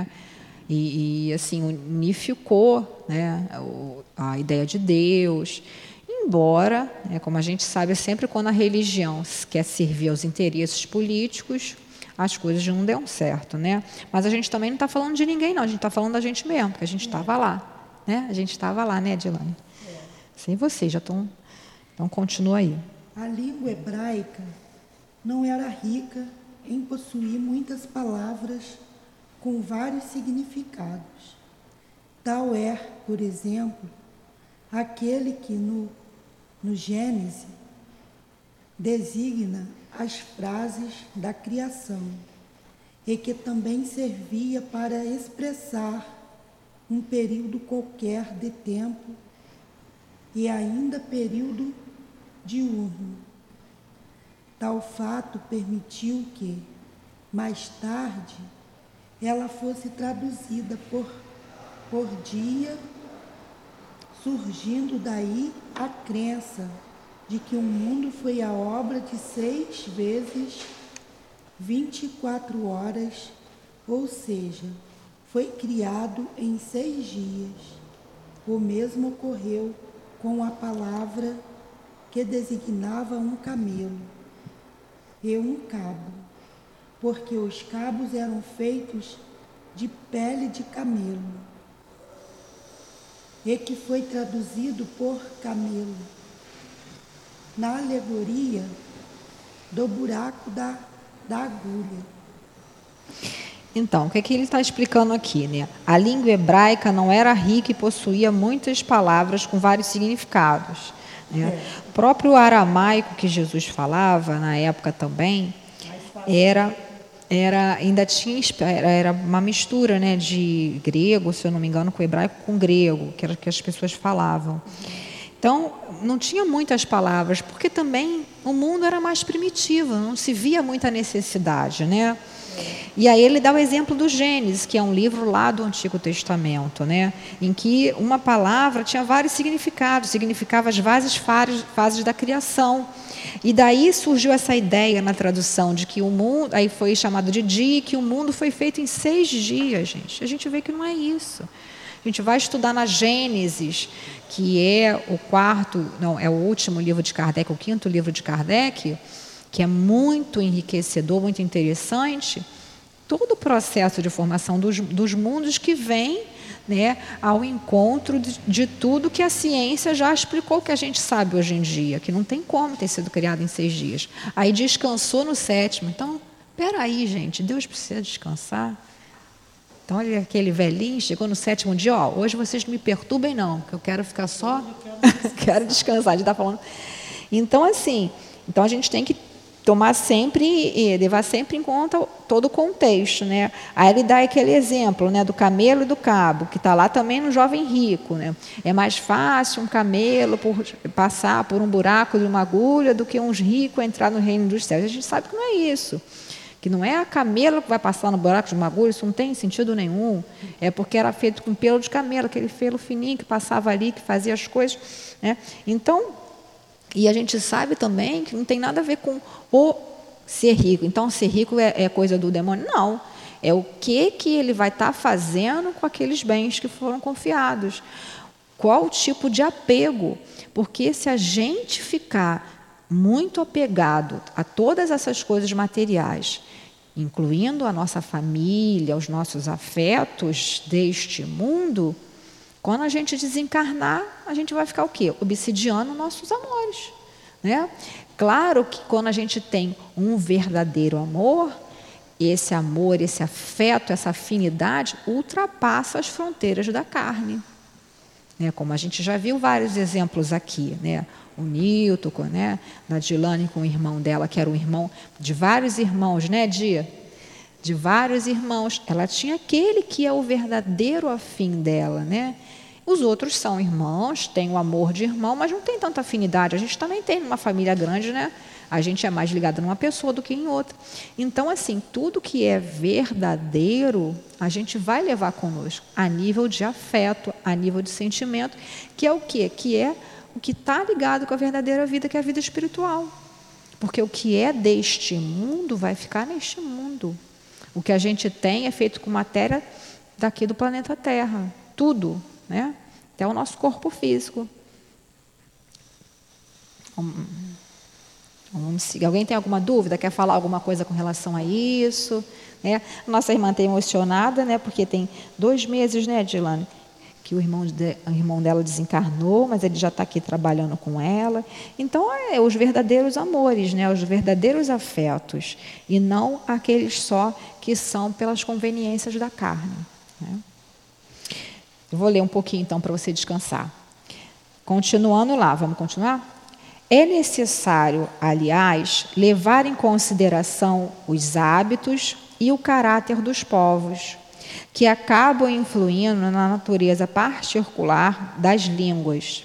E assim, unificou, né, a ideia de Deus. embora, como a gente sabe, sempre quando a religião quer servir aos interesses políticos, as coisas não dão certo, né? Mas a gente também não está falando de ninguém, não. A gente está falando da gente mesmo, porque a gente estava lá, né? A gente estava lá, né, Adilane? Sem vocês, já estão... Então, continua aí.
A língua hebraica não era rica em possuir muitas palavras com vários significados. Tal é, por exemplo, aquele que no Gênesis designa as frases da criação e que também servia para expressar um período qualquer de tempo e ainda período diurno. Tal fato permitiu que, mais tarde, ela fosse traduzida por dia, surgindo daí a crença de que o mundo foi a obra de 6 vezes 24 horas, ou seja, foi criado em 6 dias. O mesmo ocorreu com a palavra que designava um camelo e um cabo, porque os cabos eram feitos de pele de camelo, e que foi traduzido por camelo, na alegoria do buraco da agulha.
Então, o que ele está explicando aqui, né? A língua hebraica não era rica e possuía muitas palavras com vários significados, né? O próprio aramaico que Jesus falava na época também era uma mistura, né, de grego, se eu não me engano, com hebraico com grego, que era o que as pessoas falavam. Então, não tinha muitas palavras, porque também o mundo era mais primitivo, não se via muita necessidade, né? E aí ele dá o exemplo do Gênesis, que é um livro lá do Antigo Testamento, né? Em que uma palavra tinha vários significados, significava as várias fases da criação. E daí surgiu essa ideia na tradução de que o mundo, aí foi chamado de dia, que o mundo foi feito em 6 dias, gente. A gente vê que não é isso. A gente vai estudar na Gênesis, que é é o último livro de Kardec, o 5º livro de Kardec, que é muito enriquecedor, muito interessante, todo o processo de formação dos mundos que vem, né, ao encontro de tudo que a ciência já explicou, que a gente sabe hoje em dia, que não tem como ter sido criado em 6 dias. Aí descansou no 7º. Então, peraí, gente, Deus precisa descansar? Então, olha, aquele velhinho chegou no 7º dia, hoje vocês não me perturbem não, porque eu quero ficar só, quero descansar, ele está falando. Então, assim, a gente tem que tomar sempre, levar sempre em conta todo o contexto, né? Aí ele dá aquele exemplo, né, do camelo e do cabo, que está lá também no Jovem Rico, né? É mais fácil um camelo passar por um buraco de uma agulha do que um rico entrar no reino dos céus. A gente sabe que não é isso. Que não é a camelo que vai passar no buraco de uma agulha, isso não tem sentido nenhum. É porque era feito com pelo de camelo, aquele pelo fininho que passava ali, que fazia as coisas, né? Então, e a gente sabe também que não tem nada a ver com o ser rico. Então, ser rico é coisa do demônio? Não. É o que ele vai estar fazendo com aqueles bens que foram confiados. Qual o tipo de apego? Porque se a gente ficar muito apegado a todas essas coisas materiais, incluindo a nossa família, os nossos afetos deste mundo, quando a gente desencarnar, a gente vai ficar o quê? Obsidiando nossos amores, né? Claro que quando a gente tem um verdadeiro amor, esse amor, esse afeto, essa afinidade ultrapassa as fronteiras da carne, né? Como a gente já viu vários exemplos aqui, né? O Nilton, né? Da Dilane com o irmão dela, que era um irmão de vários irmãos, né, Dia? De vários irmãos. Ela tinha aquele que é o verdadeiro afim dela, né? Os outros são irmãos, têm o amor de irmão, mas não tem tanta afinidade. A gente também tem numa família grande, né? A gente é mais ligado numa pessoa do que em outra. Então, assim, tudo que é verdadeiro, a gente vai levar conosco, a nível de afeto, a nível de sentimento, que é o quê? Que é o que está ligado com a verdadeira vida, que é a vida espiritual. Porque o que é deste mundo vai ficar neste mundo. O que a gente tem é feito com matéria daqui do planeta Terra. Tudo, né? Até o nosso corpo físico. Vamos seguir. Alguém tem alguma dúvida? Quer falar alguma coisa com relação a isso? Né? Nossa irmã está emocionada, né? Porque tem 2 meses, né, Dilane, que o irmão dela desencarnou, mas ele já está aqui trabalhando com ela. Então, os verdadeiros amores, né? Os verdadeiros afetos, e não aqueles só que são pelas conveniências da carne. Né? Eu vou ler um pouquinho, então, para você descansar. Continuando lá, vamos continuar? É necessário, aliás, levar em consideração os hábitos e o caráter dos povos, que acabam influindo na natureza particular das línguas.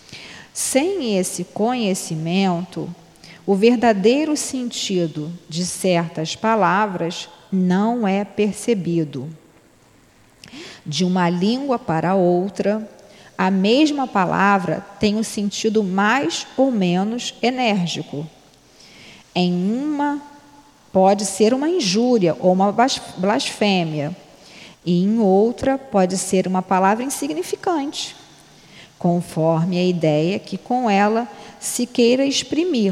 Sem esse conhecimento, o verdadeiro sentido de certas palavras não é percebido. De uma língua para outra, a mesma palavra tem um sentido mais ou menos enérgico. Em uma, pode ser uma injúria ou uma blasfêmia, e em outra pode ser uma palavra insignificante, conforme a ideia que com ela se queira exprimir.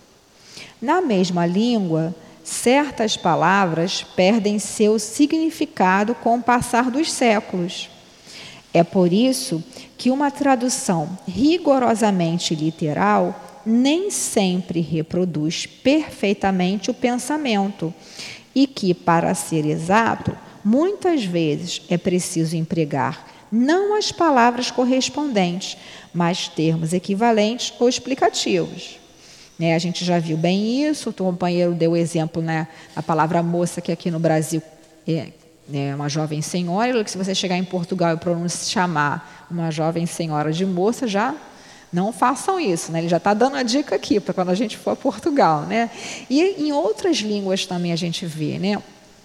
Na mesma língua, certas palavras perdem seu significado com o passar dos séculos. É por isso que uma tradução rigorosamente literal nem sempre reproduz perfeitamente o pensamento e que, para ser exato, muitas vezes é preciso empregar não as palavras correspondentes, mas termos equivalentes ou explicativos. Né, a gente já viu bem isso, o companheiro deu o exemplo, né, a palavra moça, que aqui no Brasil é uma jovem senhora, que se você chegar em Portugal e chamar uma jovem senhora de moça, já não façam isso, né? Ele já está dando a dica aqui para quando a gente for a Portugal, né? E em outras línguas também a gente vê, né?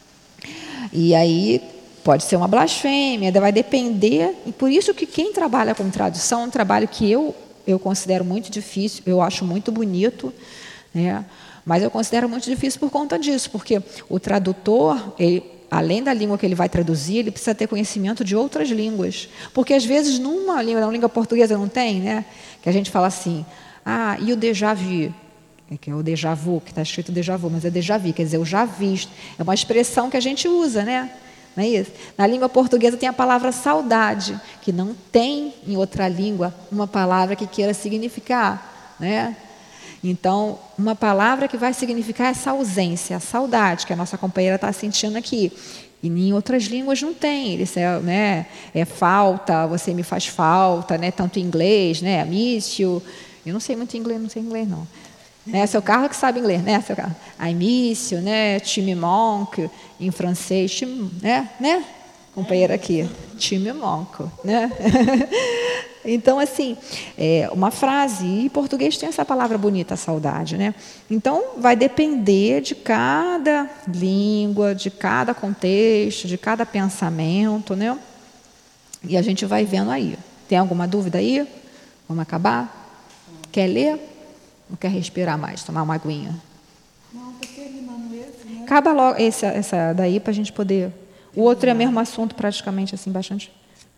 E aí pode ser uma blasfêmia, vai depender, e por isso que quem trabalha com tradução é um trabalho que eu considero muito difícil, eu acho muito bonito, né? Mas eu considero muito difícil por conta disso, porque o tradutor, além da língua que ele vai traduzir, ele precisa ter conhecimento de outras línguas. Porque, às vezes, na língua portuguesa não tem, né? Que a gente fala assim, e o déjà vu? Que é o déjà vu, que está escrito déjà vu, mas é déjà vu, quer dizer, eu já vi. É uma expressão que a gente usa, né? Não é isso? Na língua portuguesa tem a palavra saudade, que não tem em outra língua uma palavra que queira significar, né? Então, uma palavra que vai significar essa ausência, a saudade que a nossa companheira está sentindo aqui. E em outras línguas não tem. Isso é falta, você me faz falta, né? Tanto em inglês, né? Miss you. Eu não sei muito inglês, não sei inglês não. Né? Seu Carlos que sabe inglês, né? Seu Carlos. I miss you, né? Tu me manque, em francês, né? Companheira aqui, tu me manque, né? Então, assim, uma frase, e em português tem essa palavra bonita, saudade, né? Então, vai depender de cada língua, de cada contexto, de cada pensamento, né? E a gente vai vendo aí. Tem alguma dúvida aí? Vamos acabar? Quer ler? Não quer respirar mais, tomar uma aguinha?
Não, estou terminando esse, né?
Acaba logo essa daí para a gente poder... O outro é o mesmo assunto, praticamente, assim, bastante...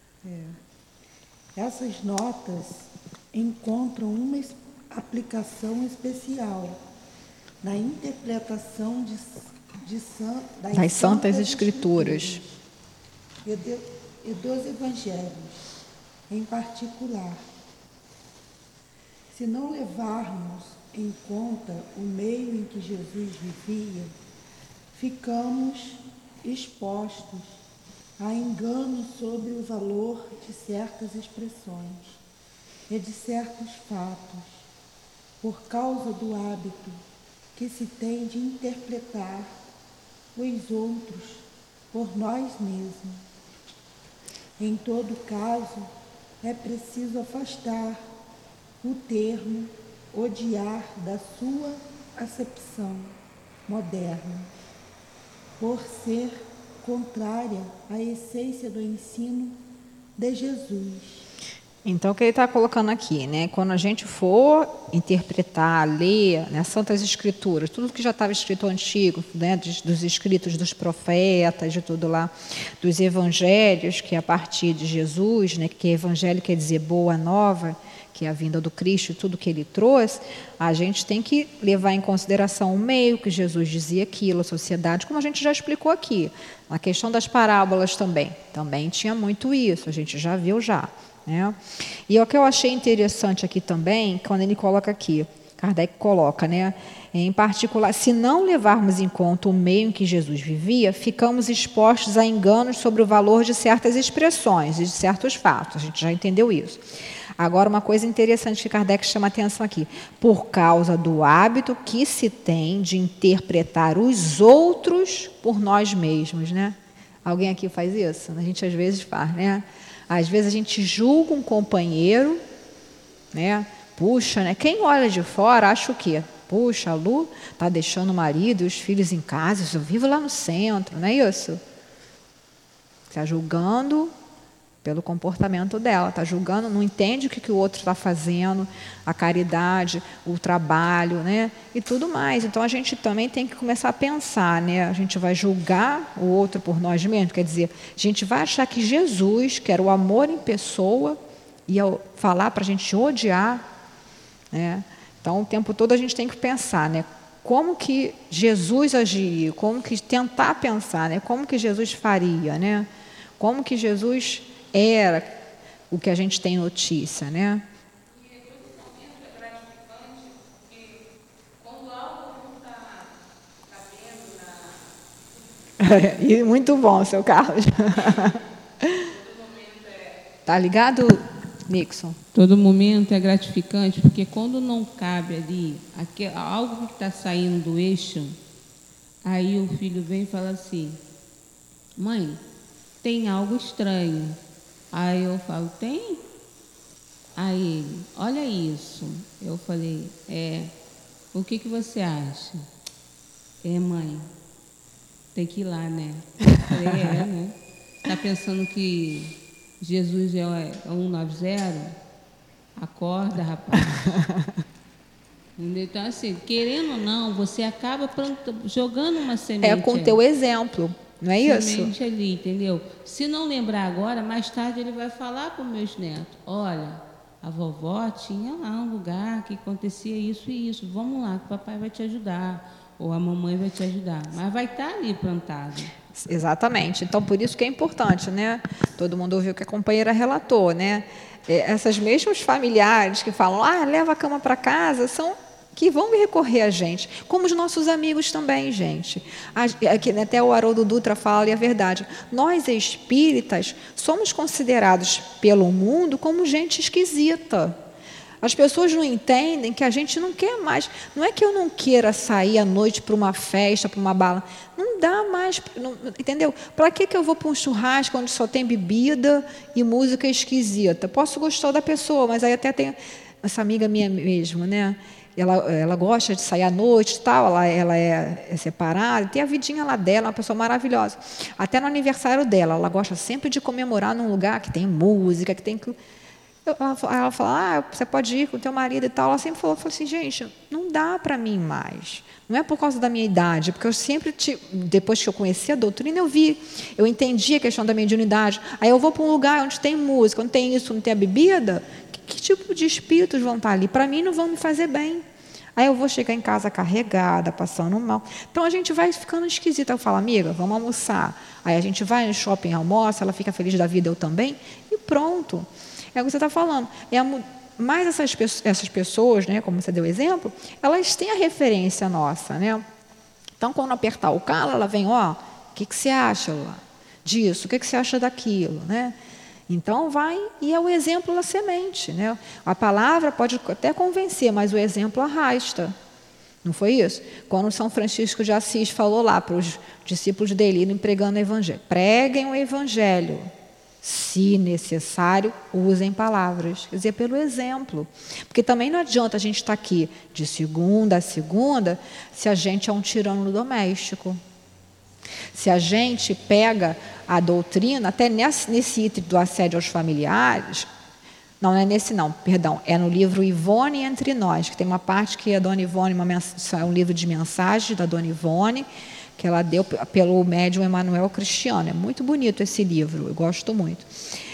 Essas notas encontram uma aplicação especial na interpretação das Santas Escrituras e dos Evangelhos, em particular. Se não levarmos em conta o meio em que Jesus vivia, ficamos expostos a engano sobre o valor de certas expressões e de certos fatos, por causa do hábito que se tem de interpretar os outros por nós mesmos. Em todo caso, é preciso afastar o termo odiar da sua acepção moderna, por ser contrária à essência do ensino de Jesus.
Então, o que ele está colocando aqui, né? Quando a gente for interpretar, ler, né, Santas Escrituras, tudo que já estava escrito antigo, né, dos escritos dos profetas, de tudo lá, dos evangelhos, que é a partir de Jesus, né, que evangelho quer dizer boa nova, que é a vinda do Cristo e tudo que ele trouxe, a gente tem que levar em consideração o meio que Jesus dizia aquilo, a sociedade, como a gente já explicou aqui. A questão das parábolas também tinha muito isso, a gente já viu já. Né? E o que eu achei interessante aqui também, quando ele coloca aqui, Kardec coloca, né? Em particular, se não levarmos em conta o meio em que Jesus vivia, ficamos expostos a enganos sobre o valor de certas expressões e de certos fatos. A gente já entendeu isso. Agora, uma coisa interessante que Kardec chama a atenção aqui. Por causa do hábito que se tem de interpretar os outros por nós mesmos, né? Alguém aqui faz isso? A gente às vezes faz, né? Às vezes a gente julga um companheiro, né? Puxa, né? Quem olha de fora acha o quê? Puxa, a Lu está deixando o marido e os filhos em casa, eu vivo lá no centro, não é isso? Está julgando pelo comportamento dela, está julgando, não entende o que o outro está fazendo, a caridade, o trabalho, né? E tudo mais. Então, a gente também tem que começar a pensar, né? A gente vai julgar o outro por nós mesmos, quer dizer, a gente vai achar que Jesus, que era o amor em pessoa, ia falar para a gente odiar, né? Então, o tempo todo a gente tem que pensar, né? Como que Jesus agiria, como que tentar pensar, né? Como que Jesus faria, né? Como que Jesus era o que a gente tem notícia, né?
E todo momento é gratificante, porque quando algo não está cabendo
E muito bom, seu Carlos. Tá ligado, Nixon?
Todo momento é gratificante, porque quando não cabe ali algo que está saindo do eixo, aí o filho vem e fala assim, mãe, tem algo estranho. Aí eu falo, tem? Aí ele, olha isso. Eu falei, o que você acha? Mãe, tem que ir lá, né? Eu falei, né? Está pensando que Jesus é 190? Acorda, rapaz. Então, assim, querendo ou não, você acaba jogando uma semente.
É com o teu exemplo, não é isso?
Semente ali, entendeu? Se não lembrar agora, mais tarde ele vai falar para os meus netos, olha, a vovó tinha lá um lugar que acontecia isso e isso, vamos lá que o papai vai te ajudar, ou a mamãe vai te ajudar, mas vai estar ali plantado.
Exatamente. Então, por isso que é importante, né? Todo mundo ouviu o que a companheira relatou, né? Essas mesmos familiares que falam, leva a cama para casa, são que vão recorrer a gente, como os nossos amigos também, gente. Até o Haroldo Dutra fala, e é verdade, nós espíritas somos considerados pelo mundo como gente esquisita. As pessoas não entendem que a gente não quer mais. Não é que eu não queira sair à noite para uma festa, para uma bala. Não dá mais, entendeu? Para que eu vou para um churrasco onde só tem bebida e música esquisita? Posso gostar da pessoa, mas aí até tem essa amiga minha mesmo, né? Ela gosta de sair à noite, tal, ela é separada, tem a vidinha lá dela, uma pessoa maravilhosa. Até no aniversário dela, ela gosta sempre de comemorar num lugar que tem música, que tem... Ela fala, você pode ir com o teu marido e tal. Ela sempre falou assim, gente, não dá para mim mais. Não é por causa da minha idade, porque eu sempre, depois que eu conheci a doutrina, eu entendi a questão da mediunidade. Aí eu vou para um lugar onde tem música, onde tem isso, onde tem a bebida, que tipo de espíritos vão estar ali? Para mim não vão me fazer bem. Aí eu vou chegar em casa carregada, passando mal. Então a gente vai ficando esquisita. Eu falo, amiga, vamos almoçar. Aí a gente vai no shopping, almoça, ela fica feliz da vida, eu também, e pronto. É o que você está falando. Mas essas pessoas, né, como você deu exemplo, elas têm a referência nossa, né? Então, quando apertar o calo, ela vem, o que você acha disso? O que você acha daquilo, né? Então, vai, e é o exemplo da semente, né? A palavra pode até convencer, mas o exemplo arrasta. Não foi isso? Quando São Francisco de Assis falou lá para os discípulos dele irem pregando o evangelho, preguem o evangelho. Se necessário, usem palavras. Quer dizer, pelo exemplo. Porque também não adianta a gente estar aqui de segunda a segunda se a gente é um tirano doméstico. Se a gente pega a doutrina, até nesse item do assédio aos familiares, não é nesse não, perdão, é no livro Ivone Entre Nós, que tem uma parte que a Dona Ivone, é um livro de mensagens da Dona Ivone, que ela deu pelo médium Emanuel Cristiano. É muito bonito esse livro, eu gosto muito.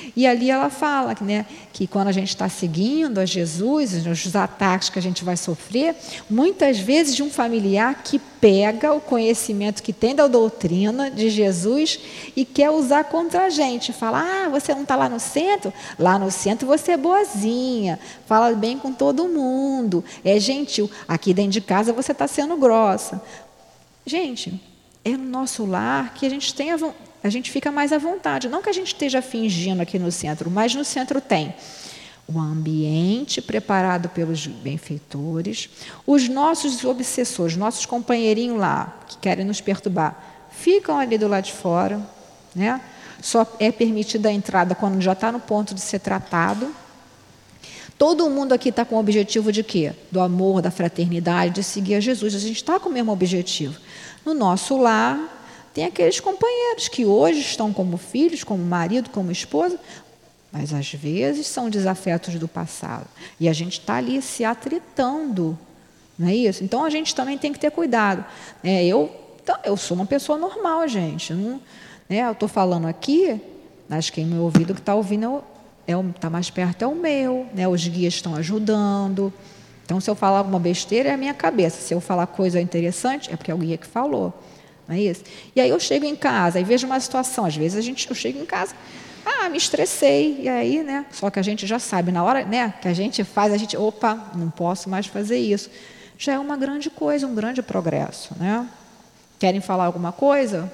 E ali ela fala, né, que quando a gente está seguindo a Jesus, os ataques que a gente vai sofrer, muitas vezes de um familiar que pega o conhecimento que tem da doutrina de Jesus e quer usar contra a gente. Fala, você não está lá no centro? Lá no centro você é boazinha, fala bem com todo mundo, é gentil. Aqui dentro de casa você está sendo grossa. Gente, é no nosso lar que a gente fica mais à vontade. Não que a gente esteja fingindo aqui no centro, mas no centro tem o ambiente preparado pelos benfeitores, os nossos obsessores, nossos companheirinhos lá, que querem nos perturbar, ficam ali do lado de fora, né? Só é permitida a entrada quando já está no ponto de ser tratado. Todo mundo aqui está com o objetivo de quê? Do amor, da fraternidade, de seguir a Jesus. A gente está com o mesmo objetivo. No nosso lar, tem aqueles companheiros que hoje estão como filhos, como marido, como esposa, mas às vezes são desafetos do passado. E a gente está ali se atritando, não é isso? Então a gente também tem que ter cuidado. Eu sou uma pessoa normal, gente. Não, eu estou falando aqui, acho que o meu ouvido que está ouvindo está mais perto é o meu, né? Os guias estão ajudando. Então, se eu falar alguma besteira, é a minha cabeça. Se eu falar coisa interessante, é porque é o guia que falou. Não é isso? E aí eu chego em casa e vejo uma situação. Às vezes eu chego em casa, me estressei. E aí, né? Só que a gente já sabe, na hora, né, que a gente faz, opa, não posso mais fazer isso. Já é uma grande coisa, um grande progresso, né? Querem falar alguma coisa?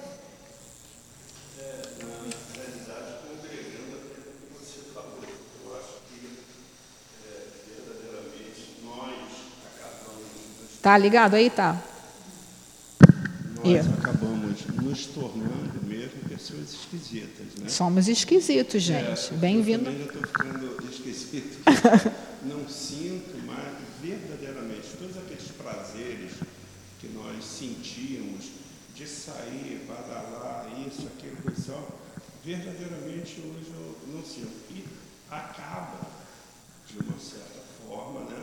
Tá ligado aí? Tá.
Nós acabamos nos tornando mesmo pessoas esquisitas, né?
Somos esquisitos, gente. Bem-vindo.
Eu também já estou ficando esquisito. Não sinto mais verdadeiramente todos aqueles prazeres que nós sentíamos de sair, badalar, isso, aquilo, coisa. Verdadeiramente hoje eu não sinto. E acaba, de uma certa forma, né?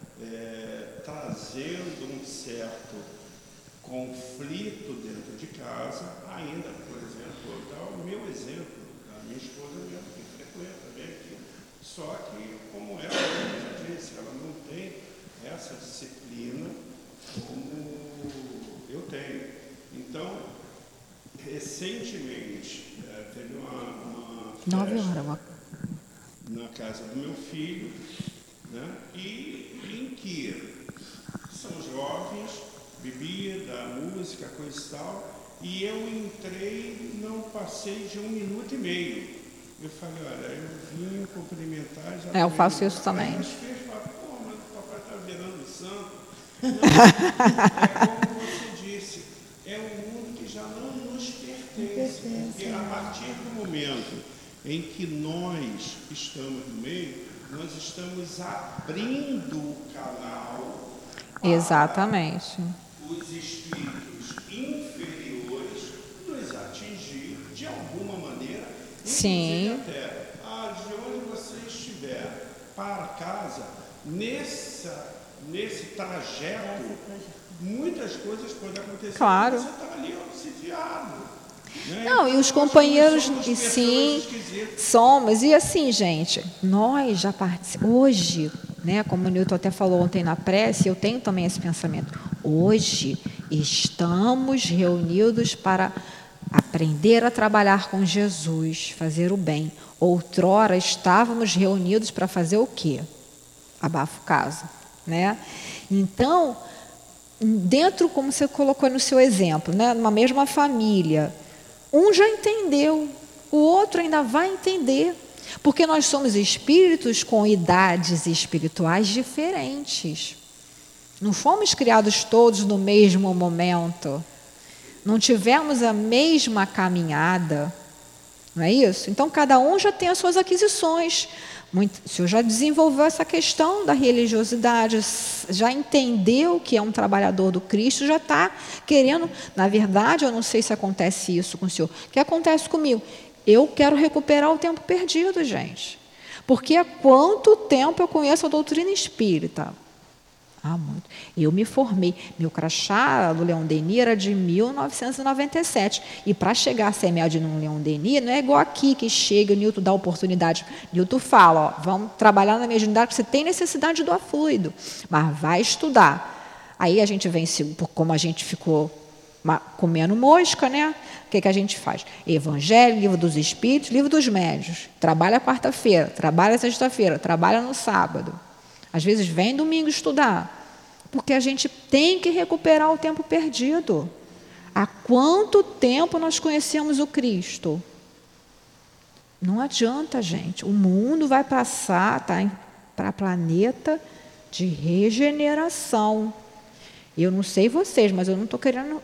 Trazendo um certo conflito dentro de casa, ainda, por exemplo, vou dar o meu exemplo, a minha esposa mesmo, que frequenta bem aqui, só que, como ela já disse, ela não tem essa disciplina como eu tenho. Então, recentemente, teve uma festa na casa do meu filho, né? E em que são jovens, bebida, música, coisa e tal, e eu entrei, não passei de 1 minuto e meio. Eu falei, olha, eu vim cumprimentar, já
eu faço isso também.
Mas o papai está virando santo. Não, como você disse, é um mundo que já não nos pertence, porque a partir do momento em que nós estamos no meio, nós estamos abrindo o canal para
exatamente
os espíritos inferiores nos atingir de alguma maneira.
Sim.
Até de onde você estiver para casa, nesse trajeto, muitas coisas podem acontecer.
Claro.
Você está ali obsidiado. Né?
Não, e os companheiros, e sim, somos. E assim, gente, nós já participamos. Hoje, né, como o Newton até falou ontem na prece, eu tenho também esse pensamento. Hoje estamos reunidos para aprender a trabalhar com Jesus, fazer o bem. Outrora estávamos reunidos para fazer o quê? Abafo casa, né? Então, dentro, como você colocou no seu exemplo, né, numa mesma família, um já entendeu, o outro ainda vai entender, porque nós somos espíritos com idades espirituais diferentes. Não fomos criados todos no mesmo momento, não tivemos a mesma caminhada, não é isso? Então, cada um já tem as suas aquisições. O senhor já desenvolveu essa questão da religiosidade, já entendeu que é um trabalhador do Cristo, já está querendo, na verdade, eu não sei se acontece isso com o senhor, o que acontece comigo? Eu quero recuperar o tempo perdido, gente, porque há quanto tempo eu conheço a doutrina espírita? Muito. Eu me formei, meu crachá do Leon Denis era de 1997. E para chegar a ser médio no Leon Denis, não é igual aqui que chega, o Newton dá oportunidade. Newton fala, ó, vamos trabalhar na mediunidade, porque você tem necessidade do afluido, mas vai estudar. Aí a gente vem, como a gente ficou comendo mosca, né? O que a gente faz? Evangelho, Livro dos Espíritos, Livro dos Médiuns. Trabalha quarta-feira, trabalha sexta-feira, trabalha no sábado. Às vezes vem domingo estudar, porque a gente tem que recuperar o tempo perdido. Há quanto tempo nós conhecemos o Cristo? Não adianta, gente. O mundo vai passar para planeta de regeneração. Eu não sei vocês, mas eu não estou querendo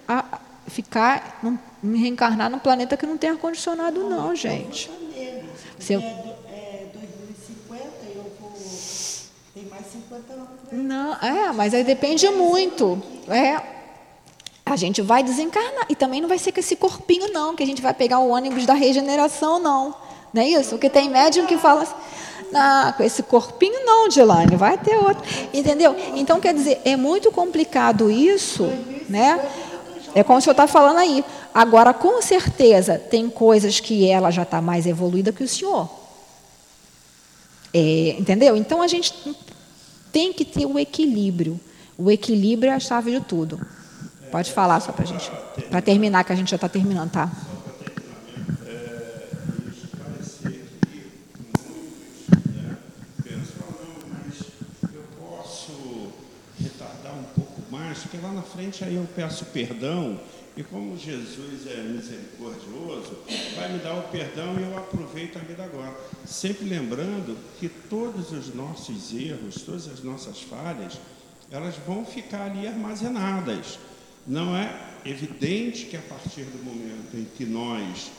me reencarnar num planeta que não tem ar-condicionado, não, gente.
Se eu... 2050, eu vou... Tem mais 50 anos.
Não, mas aí depende muito. A gente vai desencarnar. E também não vai ser com esse corpinho, não, que a gente vai pegar o ônibus da regeneração, não. Não é isso? Porque tem médium que fala assim, não, com esse corpinho não, Dilane, vai ter outro. Entendeu? Então, quer dizer, é muito complicado isso, né? É como o senhor está falando aí. Agora, com certeza, tem coisas que ela já está mais evoluída que o senhor. Entendeu? Então, a gente tem que ter o equilíbrio. O equilíbrio é a chave de tudo. Pode falar só para a gente, para terminar, que a gente já está terminando, tá?
Porque lá na frente aí eu peço perdão e como Jesus é misericordioso, vai me dar o perdão e eu aproveito a vida agora. Sempre lembrando que todos os nossos erros, todas as nossas falhas, elas vão ficar ali armazenadas. Não é evidente que a partir do momento em que nós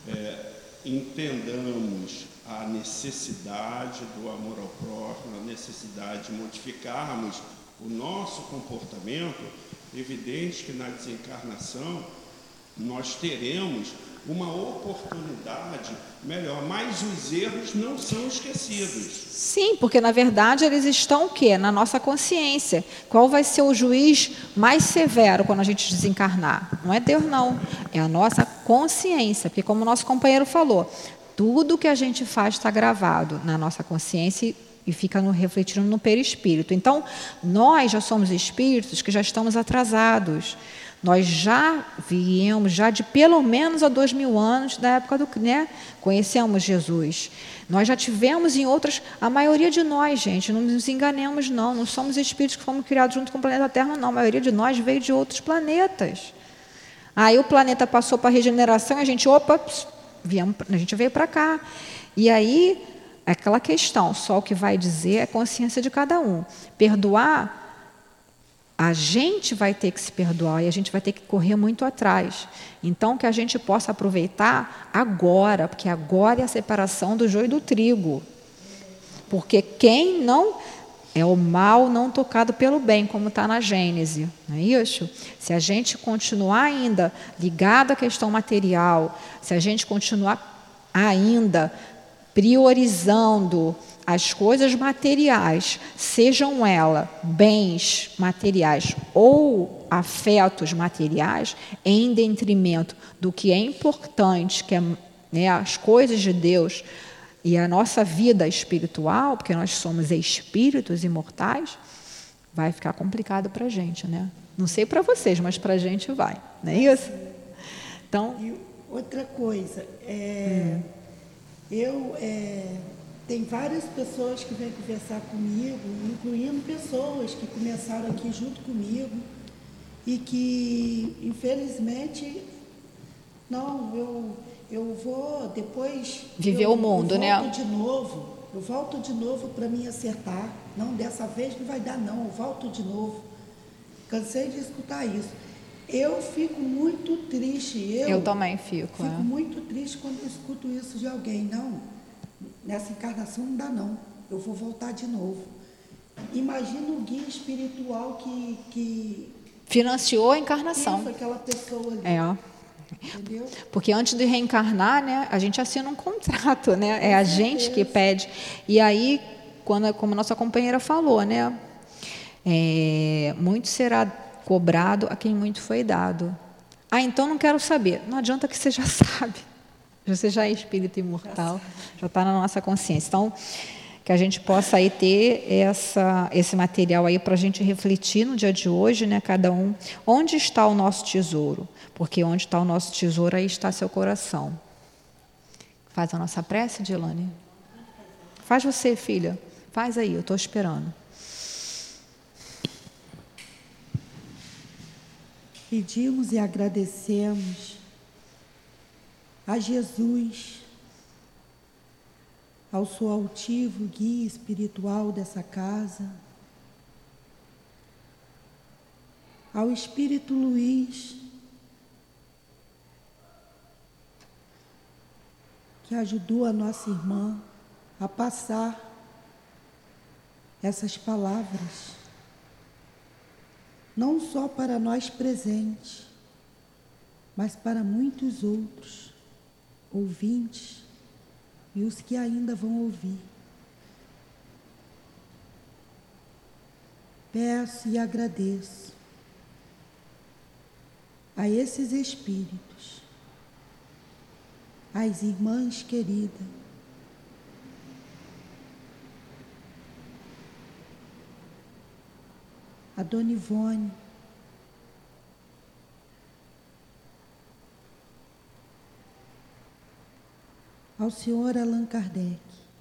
entendamos a necessidade do amor ao próximo, a necessidade de modificarmos o nosso comportamento, evidente que na desencarnação nós teremos uma oportunidade melhor, mas os erros não são esquecidos.
Sim, porque na verdade eles estão o quê? Na nossa consciência. Qual vai ser o juiz mais severo quando a gente desencarnar? Não é Deus, não. É a nossa consciência, porque como o nosso companheiro falou, tudo que a gente faz está gravado na nossa consciência e fica refletindo no perispírito. Então, nós já somos espíritos que já estamos atrasados. Nós já viemos de pelo menos há 2000 anos, da época do... Conhecemos Jesus. Nós já tivemos em outras... A maioria de nós, gente, não nos enganemos, não. Não somos espíritos que fomos criados junto com o planeta Terra, não. A maioria de nós veio de outros planetas. Aí o planeta passou para a regeneração e a gente, a gente veio para cá. E aí... Aquela questão, só o que vai dizer é a consciência de cada um. Perdoar, a gente vai ter que se perdoar e a gente vai ter que correr muito atrás. Então, que a gente possa aproveitar agora, porque agora é a separação do joio e do trigo. Porque quem não... É o mal não tocado pelo bem, como está na Gênese. Não é isso? Se a gente continuar ainda ligado à questão material, se a gente continuar ainda... priorizando as coisas materiais, sejam elas bens materiais ou afetos materiais, em detrimento do que é importante, que é as coisas de Deus e a nossa vida espiritual, porque nós somos espíritos imortais, vai ficar complicado para a gente, né? Não sei para vocês, mas para a gente vai, não é isso? Então,
e outra coisa, tem várias pessoas que vêm conversar comigo, incluindo pessoas que começaram aqui junto comigo e que, infelizmente, eu vou depois...
Viver o mundo, né?
Eu volto de novo para me acertar. Não, dessa vez não vai dar, não. Eu volto de novo. Cansei de escutar isso. Eu fico muito triste.
Eu também fico.
Fico muito triste quando eu escuto isso de alguém. Não, nessa encarnação não dá, não. Eu vou voltar de novo. Imagina o guia espiritual que
financiou a encarnação.
Isso, aquela pessoa ali. Entendeu?
Porque antes de reencarnar, né, a gente assina um contrato, né? É a gente que pede. E aí, como a nossa companheira falou, né? Muito será cobrado a quem muito foi dado. Ah, então não quero saber. Não adianta que você já sabe. Você já é espírito imortal, já está na nossa consciência. Então, que a gente possa aí ter esse material aí para a gente refletir no dia de hoje, né, cada um, onde está o nosso tesouro? Porque onde está o nosso tesouro, aí está seu coração. Faz a nossa prece, Dilane? Faz você, filha. Faz aí, eu estou esperando.
Pedimos e agradecemos a Jesus, ao seu altivo guia espiritual dessa casa, ao Espírito Luiz, que ajudou a nossa irmã a passar essas palavras, não só para nós presentes, mas para muitos outros ouvintes e os que ainda vão ouvir. Peço e agradeço a esses espíritos, às irmãs queridas, a Dona Ivone, ao senhor Allan Kardec,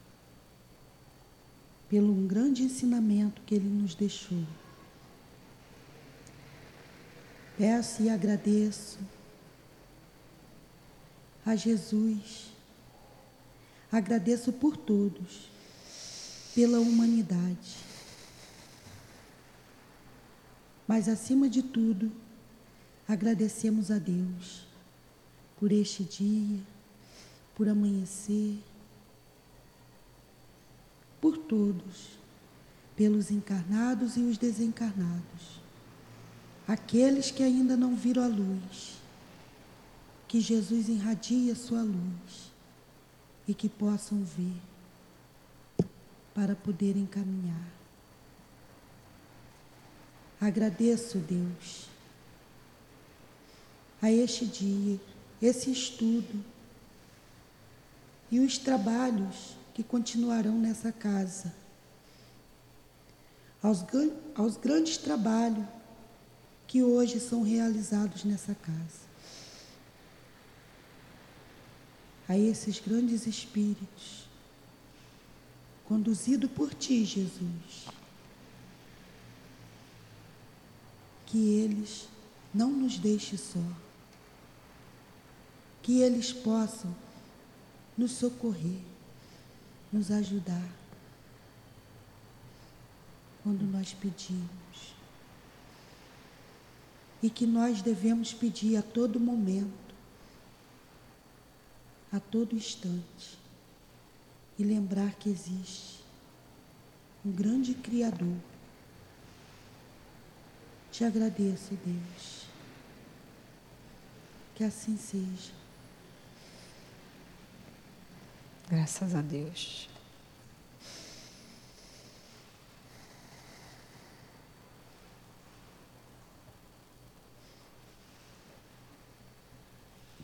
pelo um grande ensinamento que ele nos deixou. Peço e agradeço a Jesus, agradeço por todos, pela humanidade, mas acima de tudo, agradecemos a Deus por este dia, por amanhecer, por todos, pelos encarnados e os desencarnados, aqueles que ainda não viram a luz, que Jesus irradie a sua luz e que possam ver para poderem caminhar. Agradeço, Deus, a este dia, esse estudo e os trabalhos que continuarão nessa casa, aos grandes trabalhos que hoje são realizados nessa casa, a esses grandes espíritos, conduzido por Ti, Jesus, que eles não nos deixem só, que eles possam nos socorrer, nos ajudar, quando nós pedimos. E que nós devemos pedir a todo momento, a todo instante, e lembrar que existe um grande Criador. Te agradeço, Deus. Que assim seja.
Graças a Deus.